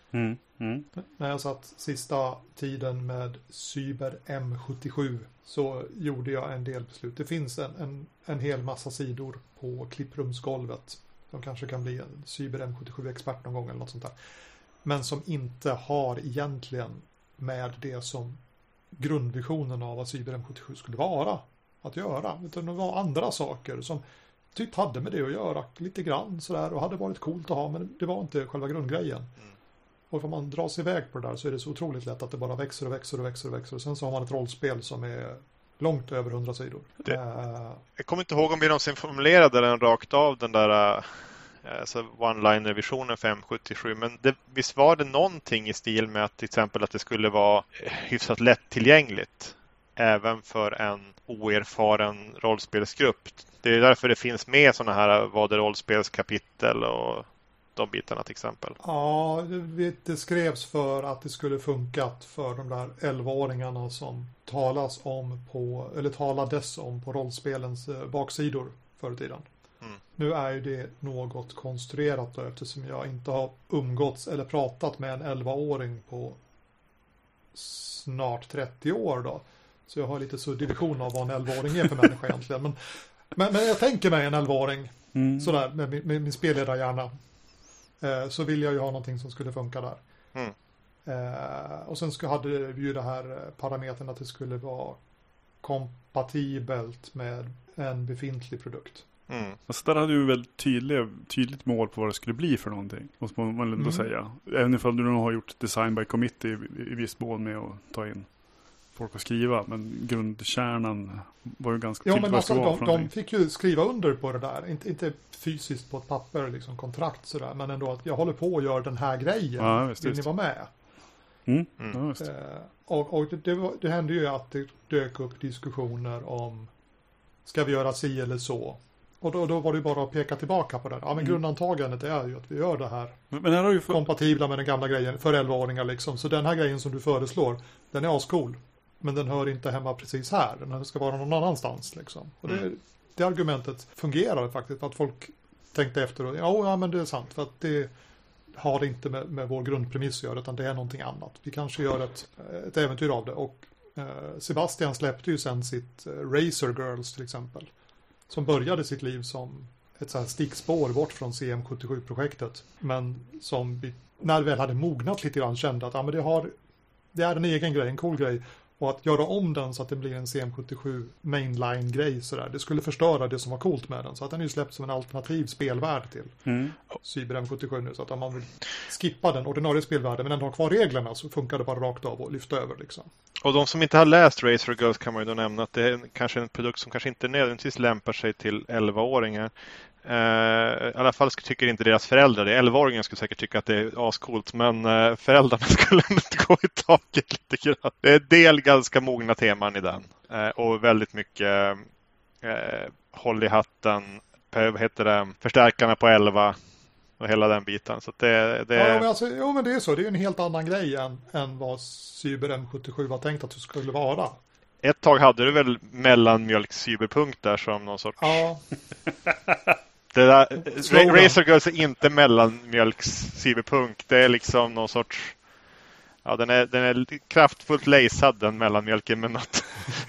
När jag satt sista tiden med Cyber M77 så gjorde jag en del beslut. Det finns en hel massa sidor på klipprumsgolvet som kanske kan bli en Cyber M77-expert någon gång eller något sånt där. Men som inte har egentligen med det som grundvisionen av vad Cyber M77 skulle vara att göra. Utan det var andra saker som typ hade med det att göra lite grann sådär och hade varit coolt att ha, men det var inte själva grundgrejen. Och om man drar sig iväg på det där så är det så otroligt lätt att det bara växer och växer och växer och växer. Och sen så har man ett rollspel som är långt över 100 sidor. Jag kommer inte ihåg om vi någonsin formulerade den rakt av, den där alltså one-liner-visionen 577. Men visst var det någonting i stil med att till exempel att det skulle vara hyfsat lättillgängligt även för en oerfaren rollspelsgrupp. Det är därför det finns med sådana här vad är rollspelskapitel och de bitarna till exempel. Ja, det skrevs för att det skulle funkat för de där 11-åringarna som talades om på rollspelens baksidor förr i tiden. Nu är ju det något konstruerat då, eftersom jag inte har umgåtts eller pratat med en 11-åring på snart 30 år då. Så jag har lite så division av vad en 11-åring är för människa egentligen. Men jag tänker mig en 11-åring sådär med min spelledarhjärna. Så vill jag ju ha någonting som skulle funka där. Och sen hade vi ju det här parametern att det skulle vara kompatibelt med en befintlig produkt. Alltså där hade du väl tydligt mål på vad det skulle bli för någonting, måste man ändå säga. Även ifall du nog har gjort design by committee i viss mån med att ta in folk att skriva, men grundkärnan var ju ganska tydligt. Ja, men alltså de fick ju skriva under på det där, inte fysiskt på ett papper, liksom kontrakt sådär, men ändå att jag håller på och gör den här grejen, vill ni vara med? Och det hände ju att det dök upp diskussioner om ska vi göra si eller så? Och då var det ju bara att peka tillbaka på det. Ja, men grundantagandet är ju att vi gör det här. Men här har ju kompatibla med den gamla grejen för 11-åringar liksom. Så den här grejen som du föreslår, den är ascool. Men den hör inte hemma precis här. Den ska vara någon annanstans liksom. Och det argumentet fungerar faktiskt. Att folk tänkte efter och ja men det är sant. För att det har inte med vår grundpremiss att göra, utan det är någonting annat. Vi kanske gör ett äventyr av det. Och Sebastian släppte ju sen sitt Razor Girls till exempel. Som började sitt liv som ett så här stickspår bort från CM77-projektet. Men som vi, när vi väl hade mognat lite grann, kände att det är en egen grej, en cool grej. Och att göra om den så att det blir en CM77 mainline-grej sådär, det skulle förstöra det som var coolt med den. Så att den är ju släppt som en alternativ spelvärld till Cyber M77 nu. Så att om man vill skippa den ordinarie spelvärlden men ändå ha kvar reglerna, så funkar det bara rakt av och lyfta över liksom. Och de som inte har läst Razor Girls kan man ju då nämna att det är kanske en produkt som kanske inte nödvändigtvis lämpar sig till 11-åringar. I alla fall tycker inte deras föräldrar det. 11-åringar skulle säkert tycka att det är ascoolt, men föräldrarna skulle inte gå i taket lite grann. Det är en del ganska mogna teman i den. Och väldigt mycket håll i hatten, förstärkarna på 11 och hela den biten. Så det... Ja, men alltså, men det är så. Det är en helt annan grej än vad Cyber M77 var tänkt att det skulle vara. Ett tag hade du väl mellanmjölk-cyberpunkt där som någon sorts... Ja. Det där, Razor Girls är inte mellanmjölks-cyberpunk. Det är liksom någon sorts... Ja, den är kraftfullt lejsad, den mellanmjölken, med något...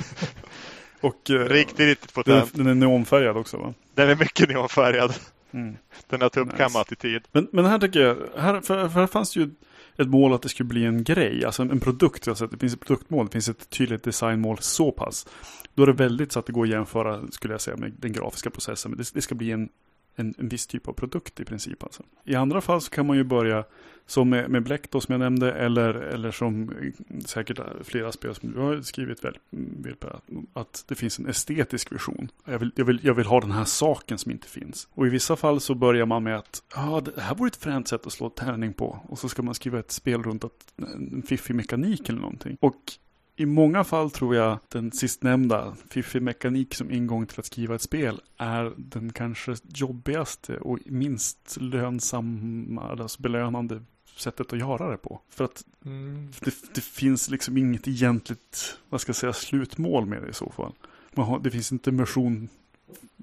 Och riktigt potent. Den är neonfärgad också, va? Den är mycket neonfärgad. Den har tuppkam-attityd. Men här tycker jag... Här fanns ju ett mål att det skulle bli en grej, alltså en produkt. Alltså det finns ett produktmål, det finns ett tydligt designmål så pass. Då är det väldigt så att det går att jämföra, skulle jag säga, med den grafiska processen. Men det ska bli en viss typ av produkt i princip. Alltså. I andra fall så kan man ju börja som med Black då, som jag nämnde, eller som säkert flera spel som du har skrivit väl att det finns en estetisk vision. Jag vill ha den här saken som inte finns. Och i vissa fall så börjar man med att det här vore ett fränt sätt att slå tärning på. Och så ska man skriva ett spel runt en fiffig mekanik eller någonting. Och i många fall tror jag den sistnämnda fiffig mekanik som ingång till att skriva ett spel är den kanske jobbigaste och minst lönsamma, alltså belönande sättet att göra det på. För att det finns liksom inget egentligt, vad ska jag säga, slutmål med det i så fall. Det finns inte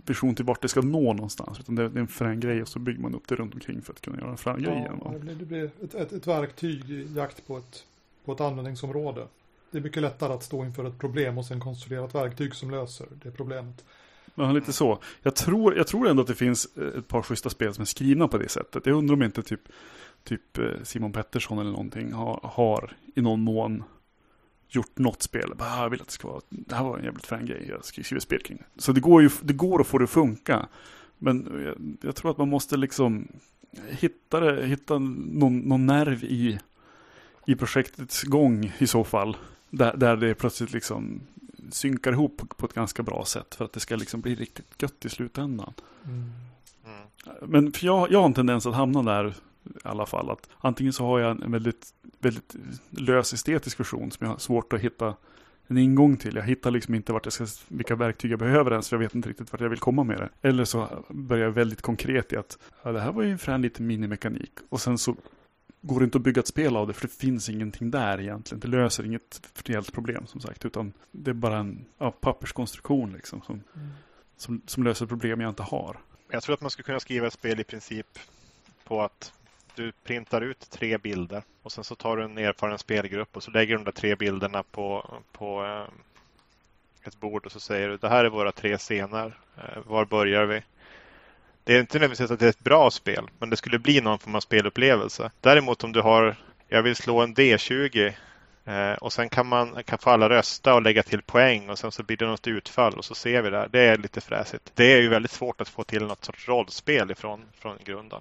vision till vart det ska nå någonstans. Utan det är en frän grej och så bygger man upp det runt omkring för att kunna göra en frän grej igen. Ja, det blir ett verktyg i jakt på ett användningsområde. Det är mycket lättare att stå inför ett problem och sen konstruera ett verktyg som löser det problemet. Ja, lite så. Jag tror ändå att det finns ett par schyssta spel som är skrivna på det sättet. Jag undrar om inte typ Simon Pettersson eller någonting har i någon mån gjort något spel. Jag vill att det här var en jävligt frän grej. Jag ska skriva spel kring det. Så det går att få det att funka. Men jag tror att man måste liksom hitta någon nerv i projektets gång i så fall. Där det plötsligt liksom synkar ihop på ett ganska bra sätt för att det ska liksom bli riktigt gött i slutändan. Men för jag har en tendens att hamna där i alla fall. Att antingen så har jag en väldigt, väldigt lös estetisk version som jag har svårt att hitta en ingång till. Jag hittar liksom inte vilka verktyg jag behöver ens, för jag vet inte riktigt vart jag vill komma med det. Eller så börjar jag väldigt konkret i att det här var ju en liten minimekanik. Och sen så går det inte att bygga ett spel av det, för det finns ingenting där egentligen. Det löser inget reellt problem som sagt, utan det är bara en papperskonstruktion liksom, som löser problem jag inte har. Jag tror att man skulle kunna skriva ett spel i princip på att du printar ut 3 bilder och sen så tar du en erfaren spelgrupp och så lägger de där 3 bilderna på ett bord och så säger du: det här är våra 3 scener. Var börjar vi? Det är inte nödvändigtvis att det är ett bra spel, men det skulle bli någon form av spelupplevelse. Däremot om du jag vill slå en D20 och sen kan få alla rösta och lägga till poäng och sen så blir det något utfall och så ser vi där. Det är lite fräsigt. Det är ju väldigt svårt att få till något sorts rollspel från grunden.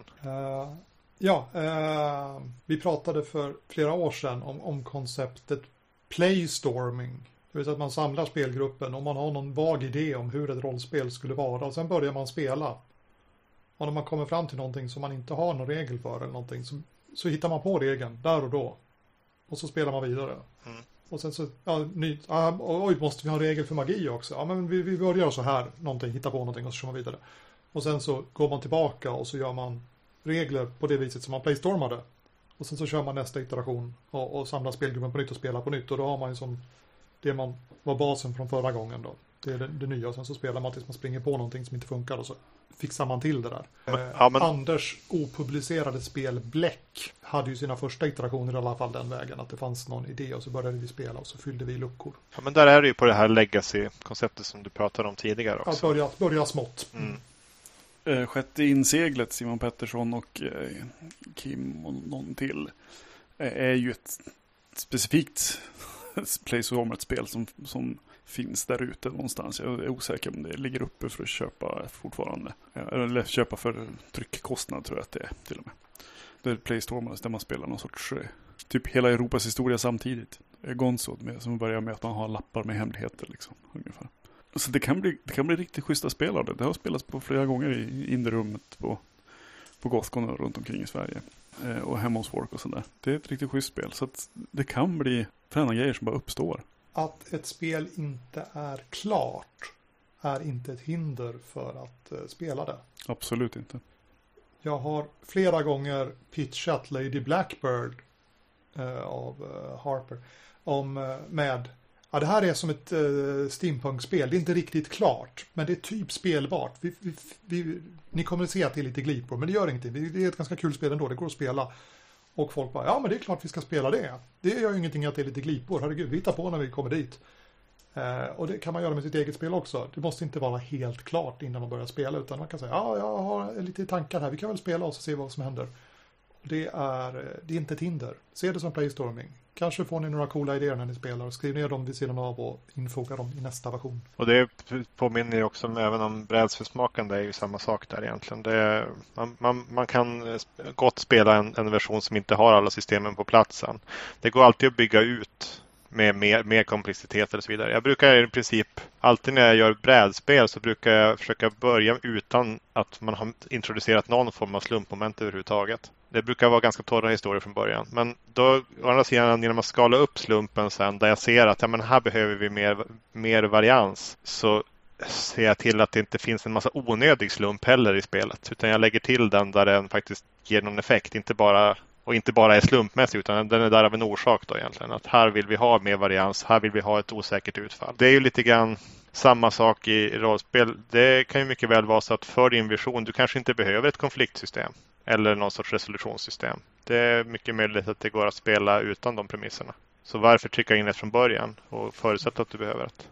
Vi pratade för flera år sedan om konceptet playstorming. Det vill säga att man samlar spelgruppen och man har någon vag idé om hur ett rollspel skulle vara och sen börjar man spela. Och när man kommer fram till någonting som man inte har någon regel för eller någonting så hittar man på regeln där och då. Och så spelar man vidare. Och sen så, måste vi ha en regel för magi också? Ja, men vi börjar så här, hittar på någonting och så kör man vidare. Och sen så går man tillbaka och så gör man regler på det viset som man playstormade. Och sen så kör man nästa iteration och samlar spelgruppen på nytt och spelar på nytt. Och då har man ju som det man var basen från förra gången då. Det är det nya. Och sen så spelar man tills man springer på någonting som inte funkar och så fixar man till det där. Anders opublicerade spel Bläck hade ju sina första iterationer i alla fall den vägen. Att det fanns någon idé och så började vi spela och så fyllde vi luckor. Ja, men där är det ju på det här legacy-konceptet som du pratade om tidigare också. Att börja smått. Sjätte inseglet, Simon Pettersson och Kim och någon till, är ju ett specifikt playstormer-spel som finns där ute någonstans. Jag är osäker om det ligger uppe för att köpa fortfarande. Eller köpa för tryckkostnad tror jag att det är till och med. Det är playstormers där man spelar någon sorts typ hela Europas historia samtidigt. Gonzo som börjar med att man har lappar med hemligheter liksom, ungefär. Så det kan bli riktigt schyssta spel av det. Det har spelats på flera gånger i innerummet på Gothcon och runt omkring i Sverige. Och hemma hos folk och sådär. Det är ett riktigt schysst spel. Så att det kan bli fräna grejer som bara uppstår. Att ett spel inte är klart är inte ett hinder för att spela det. Absolut inte. Jag har flera gånger pitchat Lady Blackbird av Harper med det här är som ett steampunk-spel. Det är inte riktigt klart, men det är typ spelbart. Ni kommer att se att det är lite glipor, men det gör ingenting. Det är ett ganska kul spel ändå, det går att spela. Och folk bara, ja men det är klart vi ska spela det. Det gör ju ingenting att det är lite glipor. Herregud, vi hittar på när vi kommer dit. Och det kan man göra med sitt eget spel också. Det måste inte vara helt klart innan man börjar spela, utan man kan säga, ja jag har lite tankar här. Vi kan väl spela och så se vad som händer. Det är inte ett hinder. Se det som playstorming. Kanske får ni några coola idéer när ni spelar. Skriv ner dem vid sidan av och infoga dem i nästa version. Och det påminner ju också även om brädspelsmakande. Det är ju samma sak där egentligen. Man kan gott spela en version som inte har alla systemen på platsen. Det går alltid att bygga ut med mer komplexitet eller så vidare. Jag brukar i princip, alltid när jag gör brädspel så brukar jag försöka börja utan att man har introducerat någon form av slumpmoment överhuvudtaget. Det brukar vara ganska torra historier från början. Men då, å andra sidan, genom att skala upp slumpen sen, där jag ser att här behöver vi mer varians, så ser jag till att det inte finns en massa onödig slump heller i spelet. Utan jag lägger till den där den faktiskt ger någon effekt. Inte bara är slumpmässig, utan den är där av en orsak då egentligen. Att här vill vi ha mer varians, här vill vi ha ett osäkert utfall. Det är ju lite grann Samma sak i rollspel. Det kan ju mycket väl vara så att för din vision, du kanske inte behöver ett konfliktsystem eller någon sorts resolutionssystem. Det är mycket möjligt att det går att spela utan de premisserna. Så varför trycka in det från början och förutsätta att du behöver det?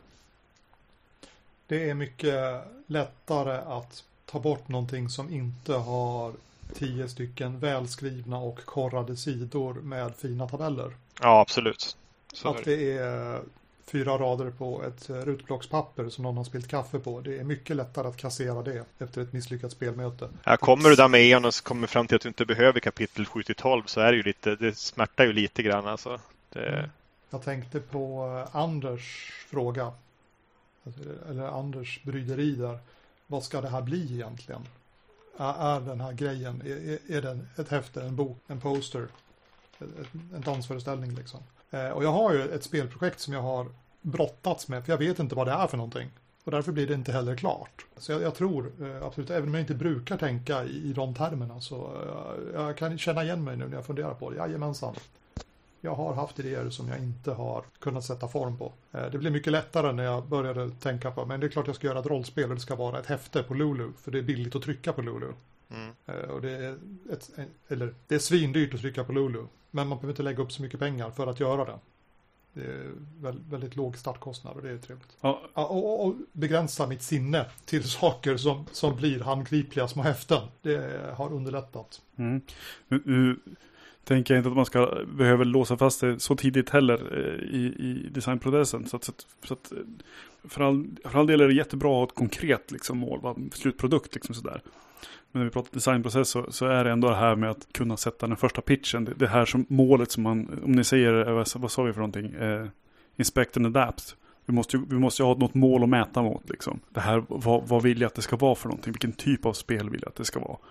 Det är mycket lättare att ta bort någonting som inte har 10 stycken välskrivna och korrade sidor med fina tabeller. Ja, absolut. Så att det är 4 rader på ett rutblockspapper som någon har spilt kaffe på. Det är mycket lättare att kassera det efter ett misslyckat spelmöte. Ja, kommer du där med Eon och kommer fram till att du inte behöver kapitel 7-12 så är det ju lite, det smärtar ju lite grann alltså. Jag tänkte på Anders fråga. Eller Anders bryderi där. Vad ska det här bli egentligen? Är den här grejen, är den ett häfte, en bok, en poster, en dansföreställning liksom? Och jag har ju ett spelprojekt som jag har brottats med, för jag vet inte vad det är för någonting. Och därför blir det inte heller klart. Så jag tror absolut, även om jag inte brukar tänka i de termerna, så jag kan känna igen mig nu när jag funderar på det. Jajamensan. Jag har haft idéer som jag inte har kunnat sätta form på. Det blev mycket lättare när jag började tänka på, men det är klart jag ska göra ett rollspel och det ska vara ett häfte på Lulu, för det är billigt att trycka på Lulu. Och det är det är svindyrt att trycka på Lulu, men man behöver inte lägga upp så mycket pengar för att göra det. Det är väldigt låg startkostnad och det är trevligt. Ja. Och begränsa mitt sinne till saker som blir handgripliga små häften. Det har underlättat. Nu tänker jag inte att man behöver låsa fast det så tidigt heller i designprocessen. Så att för all del är det jättebra att ha ett konkret liksom, mål, slutprodukt liksom sådär. Men när vi pratar designprocess så är det ändå det här med att kunna sätta den första pitchen. Det här som målet som man, om ni säger, vad sa vi för någonting? Inspect and adapt. Vi måste ju ha något mål att mäta mot. Liksom. Det här, vad vill jag att det ska vara för någonting? Vilken typ av spel vill jag att det ska vara?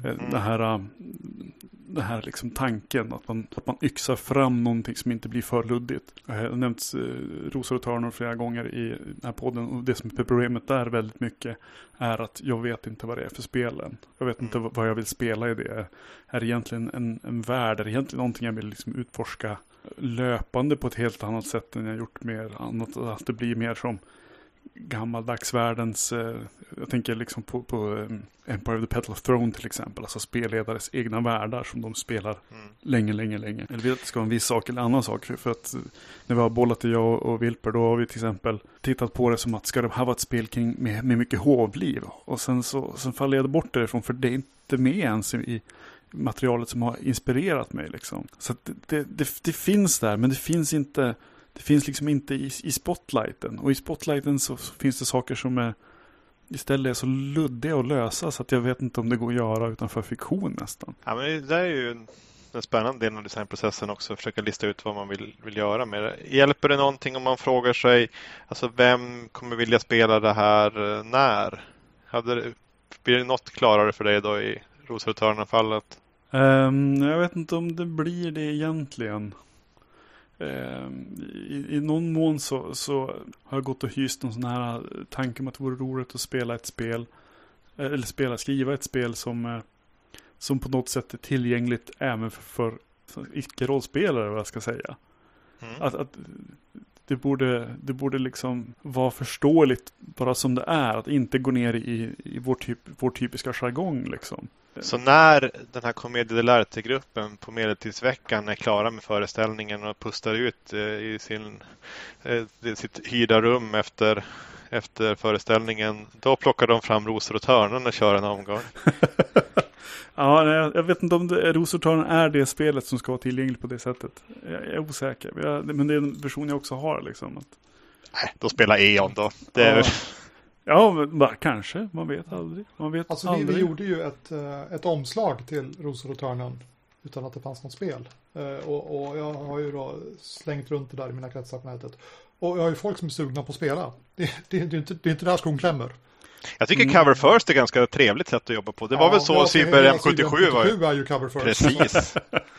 Det här liksom tanken att man yxar fram någonting som inte blir för luddigt. Jag har nämnt Rosor och Törnor flera gånger i den här podden, och det som är problemet där väldigt mycket är att jag vet inte vad det är för spelen. Jag vet inte vad jag vill spela i det. Är det egentligen en värld? Är det egentligen någonting jag vill liksom utforska löpande på ett helt annat sätt än jag gjort med annat? Att det blir mer som gammaldagsvärldens, jag tänker liksom på Empire of the Petal of Throne till exempel, alltså spelledares egna världar som de spelar länge. Eller vill att det ska vara en viss sak eller annan sak, för att när vi har bollat i jag och Wilper, då har vi till exempel tittat på det som att ska det här vara ett spel kring med mycket hovliv, och sen faller jag bort därifrån, för det är inte med ens i materialet som har inspirerat mig liksom. Så att det finns där, men det finns liksom inte i spotlighten. Och i spotlighten så finns det saker som istället är så luddiga att lösa, så att jag vet inte om det går att göra utanför fiktion nästan. Ja, men det där är ju den spännande delen av designprocessen också, att försöka lista ut vad man vill göra med det. Hjälper det någonting om man frågar sig, alltså vem kommer vilja spela det här när? Blir det något klarare för dig då i Rosor och Törnor-fallet? Jag vet inte om det blir det egentligen. I någon mån så har jag gått och hyst någon sån här tanke om att det vore roligt att spela ett spel, eller skriva ett spel som på något sätt är tillgängligt även för icke-rollspelare, vad jag ska säga. Att det borde liksom vara förståeligt bara som det är, att inte gå ner i vår typiska jargong liksom. Så när den här Commedia dell'arte-gruppen på Medeltidsveckan är klara med föreställningen och pustar ut i sitt hyrda rum efter föreställningen, då plockar de fram Rosor och Törnor och kör en omgång. Ja, jag vet inte om Rosor och Törnor är det spelet som ska vara tillgängligt på det sättet. Jag är osäker. Men det är en version jag också har liksom. Nej, då spelar Eon då. Det är... Ja, men kanske. Man vet aldrig. Vi gjorde ju ett omslag till Rosor och Törnor utan att det fanns något spel. Och jag har ju då slängt runt det där i mina kretsar på nätet. Och jag har ju folk som är sugna på att spela. Det är inte där skon klämmer. Jag tycker Cover First är ganska trevligt sätt att jobba på. Det var väl så Cyber M77 var ju. Är ju Cover First. Precis.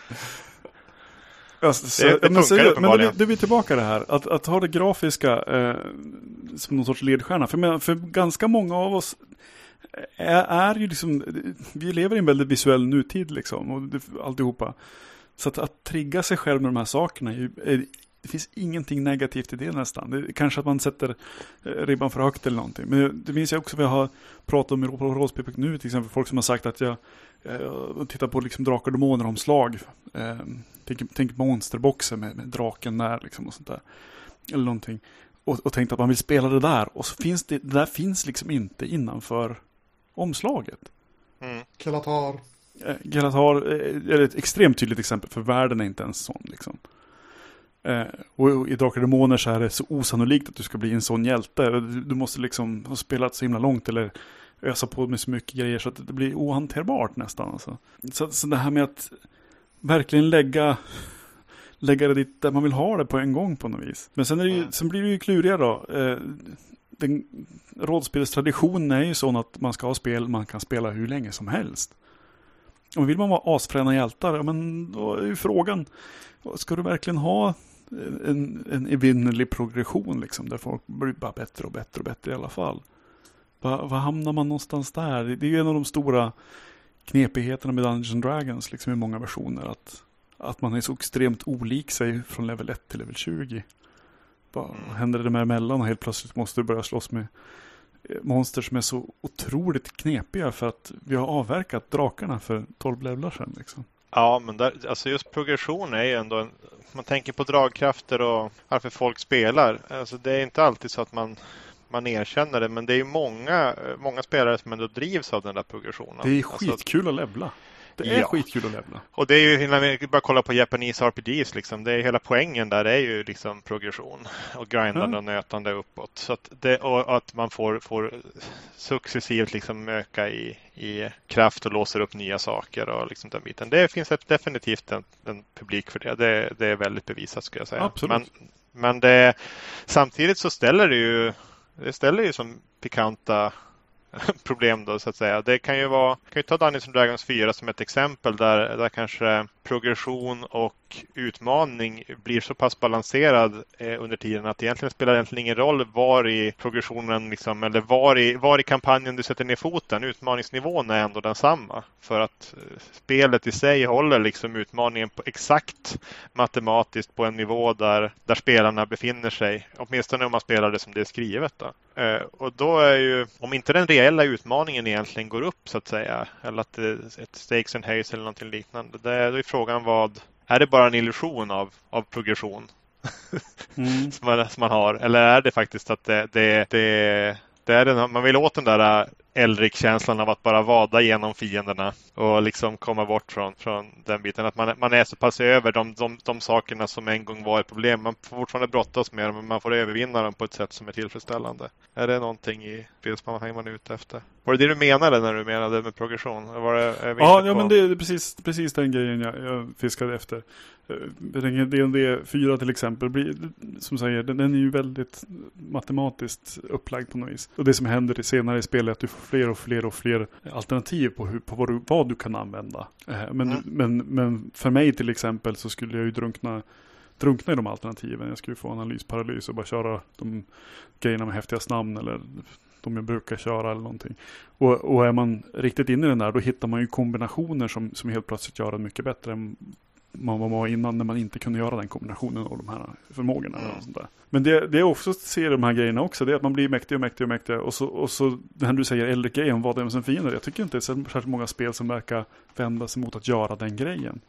Men det blir tillbaka det här att ha det grafiska som någon sorts ledstjärna, för ganska många av oss är ju liksom, vi lever i en väldigt visuell nutid liksom, och alltihopa, så att trigga sig själv med de här sakerna är Det finns ingenting negativt i det nästan. Det är kanske att man sätter ribban för högt eller någonting. Men det minns jag också, vi har pratat om i rollspel.nu till exempel, folk som har sagt att jag tittar på liksom Drakar och Demoner omslag. Tänk monsterboxen med draken där liksom och sånt där. Eller någonting. Och tänkt att man vill spela det där. Och så finns det där finns liksom inte innanför omslaget. Gelatar är ett extremt tydligt exempel, för världen är inte ens sån liksom. Och i Drakar och Demoner så är det så osannolikt att du ska bli en sån hjälte. Du måste liksom ha spelat så himla långt eller ösa på med så mycket grejer så att det blir ohanterbart nästan alltså. Så det här med att verkligen lägga det dit där man vill ha det på en gång på något vis. Men sen blir det ju klurigare då. Rollspelstraditionen är ju sån att man ska ha spel man kan spela hur länge som helst. Och vill man vara asfräna hjältar, ja, men då är ju frågan, ska du verkligen ha en evinnerlig progression liksom, där folk blir bara bättre och bättre och bättre i alla fall? Vad hamnar man någonstans där? Det är ju en av de stora knepigheterna med Dungeons & Dragons liksom, i många versioner, att man är så extremt olik sig från level 1 till level 20. Vad händer det med emellan och helt plötsligt måste du börja slåss med monster som är så otroligt knepiga för att vi har avverkat drakarna för 12 levlar sedan liksom. Ja, men alltså just progression är ju ändå man tänker på dragkrafter och varför folk spelar. Alltså det är inte alltid så att man erkänner det, men det är ju många spelare som ändå drivs av den där progressionen. Det är skitkul att levla. Det är skitkul att levla. Och det är ju, när vi bara kollar på Japanese RPGs liksom, det är hela poängen där är ju liksom progression och grindande och nötande uppåt. Så att och att man får successivt liksom öka i kraft och låser upp nya saker och liksom den biten. Det finns definitivt en publik för det. Det är väldigt bevisat, skulle jag säga. Absolut. Men samtidigt så ställer det ju som pikanta problem då, så att säga. Det kan ju ta Dungeons & Dragons 4 som ett exempel där kanske progression och utmaning blir så pass balanserad under tiden att det egentligen spelar ingen roll var i progressionen liksom, eller var i kampanjen du sätter ner foten. Utmaningsnivån är ändå densamma, för att spelet i sig håller liksom utmaningen på exakt matematiskt på en nivå där spelarna befinner sig, åtminstone om man spelar det som det är skrivet då. Och då är ju, om inte den reella utmaningen egentligen går upp så att säga, eller att ett stakes and höjs eller någonting liknande, då är frågan är det bara en illusion av progression som man har? Eller är det faktiskt att det är man vill åt den där Elric-känslan av att bara vada genom fienderna och liksom komma bort från den biten. Att man är så pass över de sakerna som en gång var ett problem. Man får fortfarande brottas med dem, men man får övervinna dem på ett sätt som är tillfredsställande. Är det någonting i spelsammanhang man är ute efter? Var det du menade när du menade med progression? Ja, men det är precis den grejen jag fiskade efter. D&D 4 till exempel blir, som säger, den är ju väldigt matematiskt upplagd på något vis. Och det som händer senare i spelet är att du får fler och fler alternativ på vad du kan använda. Men för mig till exempel så skulle jag ju drunkna i de alternativen. Jag skulle få analysparalys och bara köra de grejerna med häftigast namn eller de jag brukar köra eller någonting. Och är man riktigt inne i den där, då hittar man ju kombinationer som helt plötsligt gör den mycket bättre än man var innan, när man inte kunde göra den kombinationen av de här förmågorna och sånt där. Men det är också att se de här grejerna också, det är att man blir mäktig och så när du säger äldre grejen, vad det är med sin fiende, jag tycker inte det är särskilt många spel som verkar vända sig mot att göra den grejen.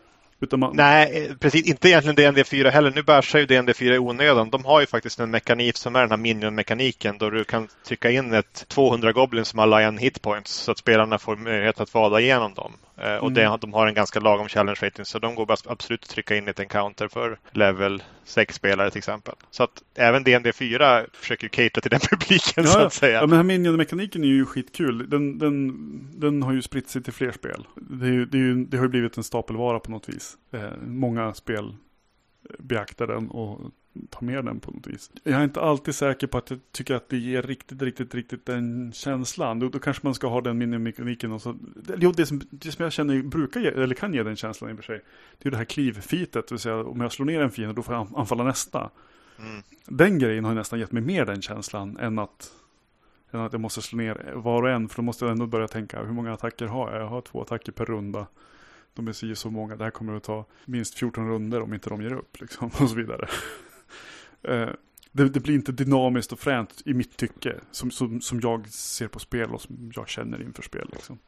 Nej, precis. Inte egentligen D&D 4 heller. Nu bärsar ju D&D 4 i onödan. De har ju faktiskt en mekanik som är den här minion-mekaniken, då du kan trycka in ett 200 goblins som alla en hitpoints så att spelarna får möjlighet att vada igenom dem. Och de har en ganska lagom challenge rating, så de går absolut att trycka in ett encounter för level 6-spelare till exempel. Så att även D&D 4 försöker cater till den publiken så att säga. Ja, men den här minion-mekaniken är ju skitkul. Den har ju spritt sig till fler spel. Det har ju blivit en stapelvara på något vis. Många spel beaktar den och tar med den på något vis. Jag är inte alltid säker på att jag tycker att det ger riktigt den känslan. Då kanske man ska ha den minion-mekaniken och så. Det som jag känner brukar ge, eller kan ge den känslan i och för sig, det är det här klivfitet, det vill säga om jag slår ner en fiende då får jag anfalla nästa. Den grejen har nästan gett mig mer den känslan än att jag måste slå ner var och en, för då måste jag ändå börja tänka hur många attacker har jag? Jag har 2 attacker per runda. de är så många, det här kommer att ta minst 14 runder om inte de ger upp liksom, och så vidare. Det blir inte dynamiskt och fränt i mitt tycke som jag ser på spel och som jag känner inför spel liksom.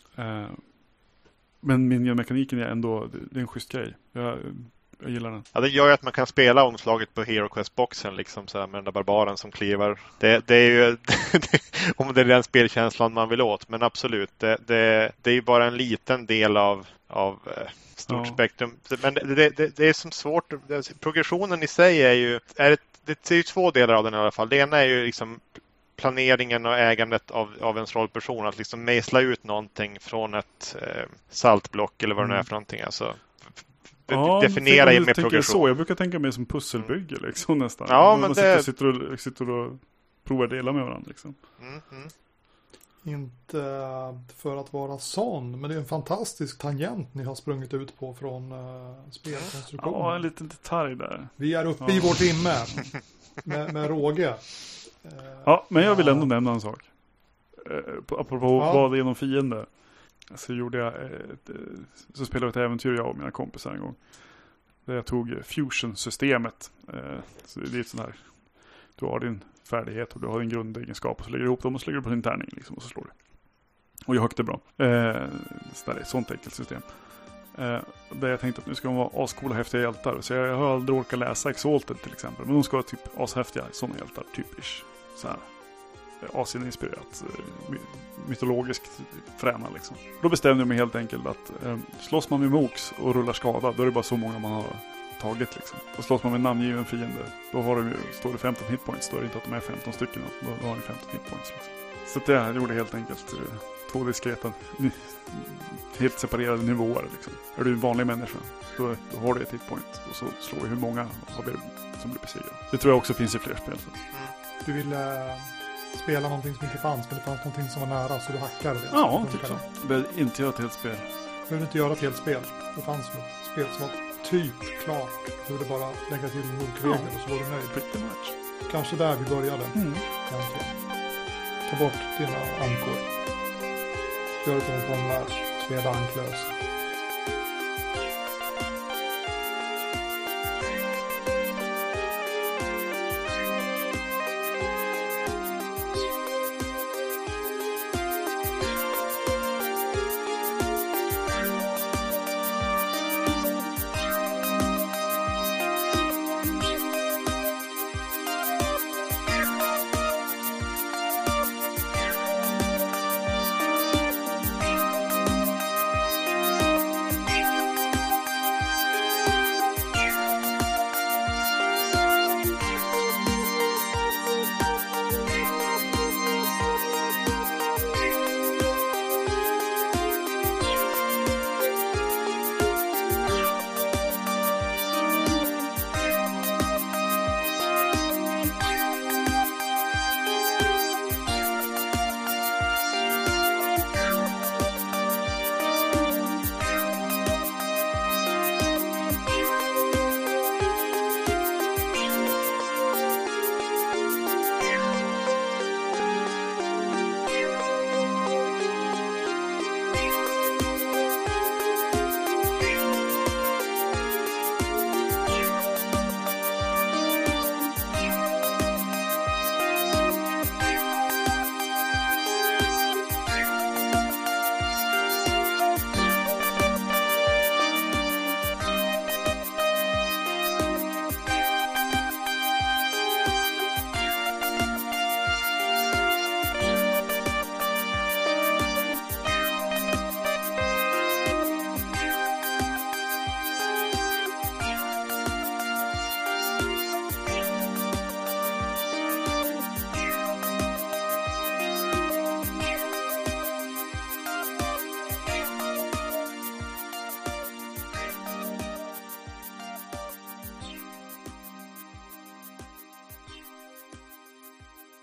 Men minion-mekaniken är ändå, det är en schysst grej. Jag gillar den. Ja, det gör ju att man kan spela omslaget på Hero Quest-boxen liksom så här, med den där barbaren som kliver. Det är ju om det är den spelkänslan man vill åt, men absolut, det är ju bara en liten del av stort spektrum. Men det är som svårt, progressionen i sig är ju det är ju två delar av den i alla fall. Det ena är ju liksom planeringen och ägandet av ens rollperson, att liksom mejsla ut någonting från ett saltblock eller vad det nu är för någonting, alltså definiera med progression. Så. Jag brukar tänka mig som pusselbygge liksom, nästan. Ja, men man sitter och provar dela med varandra liksom. Inte för att vara sån, men det är en fantastisk tangent ni har sprungit ut på från spelkonstruktionen. Ja, en liten detalj där. Vi är uppe i vår timme med råge. Ja, men jag vill ändå nämna en sak. Apropå vad det är någon fiende. Så så spelade jag ett äventyr jag och mina kompisar en gång. Där jag tog Fusion-systemet. Så det är ett sånt här. Du har din färdighet och du har din grundegenskap och så lägger du ihop dem och så lägger du på din tärning liksom, och så slår du. Och jag högte bra. Så det är ett sånt enkelt system. Där jag tänkte att nu ska de vara ascoola, häftiga hjältar. Så jag har aldrig orkat läsa Exalted till exempel. Men de ska vara typ ashäftiga sådana hjältar, typisch. Så här. Asien-inspirerat, mytologiskt fräna liksom. Då bestämde jag mig helt enkelt att slåss man med mox och rullar skada, då är det bara så många man har tagit liksom. Och slåss man med namngiven fiende, då står det 15 hitpoints, då är det inte att de är 15 stycken, då har ni 15 hitpoints liksom. Så det jag gjorde helt enkelt 2 diskreta, helt separerade nivåer liksom. Är du en vanlig människa, då har du ett hitpoint och så slår du hur många av er som blir besegrade. Det tror jag också finns i fler spel. Så. Du ville spela någonting som inte fanns, men det fanns någonting som var nära, så du hackade det. Ja, typ så. Du behöver inte göra ett helt spel. Du behöver inte göra ett helt spel. Det fanns något spel som var typ klart. Du behövde bara lägga till motregler och så var du nöjd. Pretty much. Kanske där vi började. Egentligen. Ta bort dina ankor. Gör det till en konvers. Spela anklös.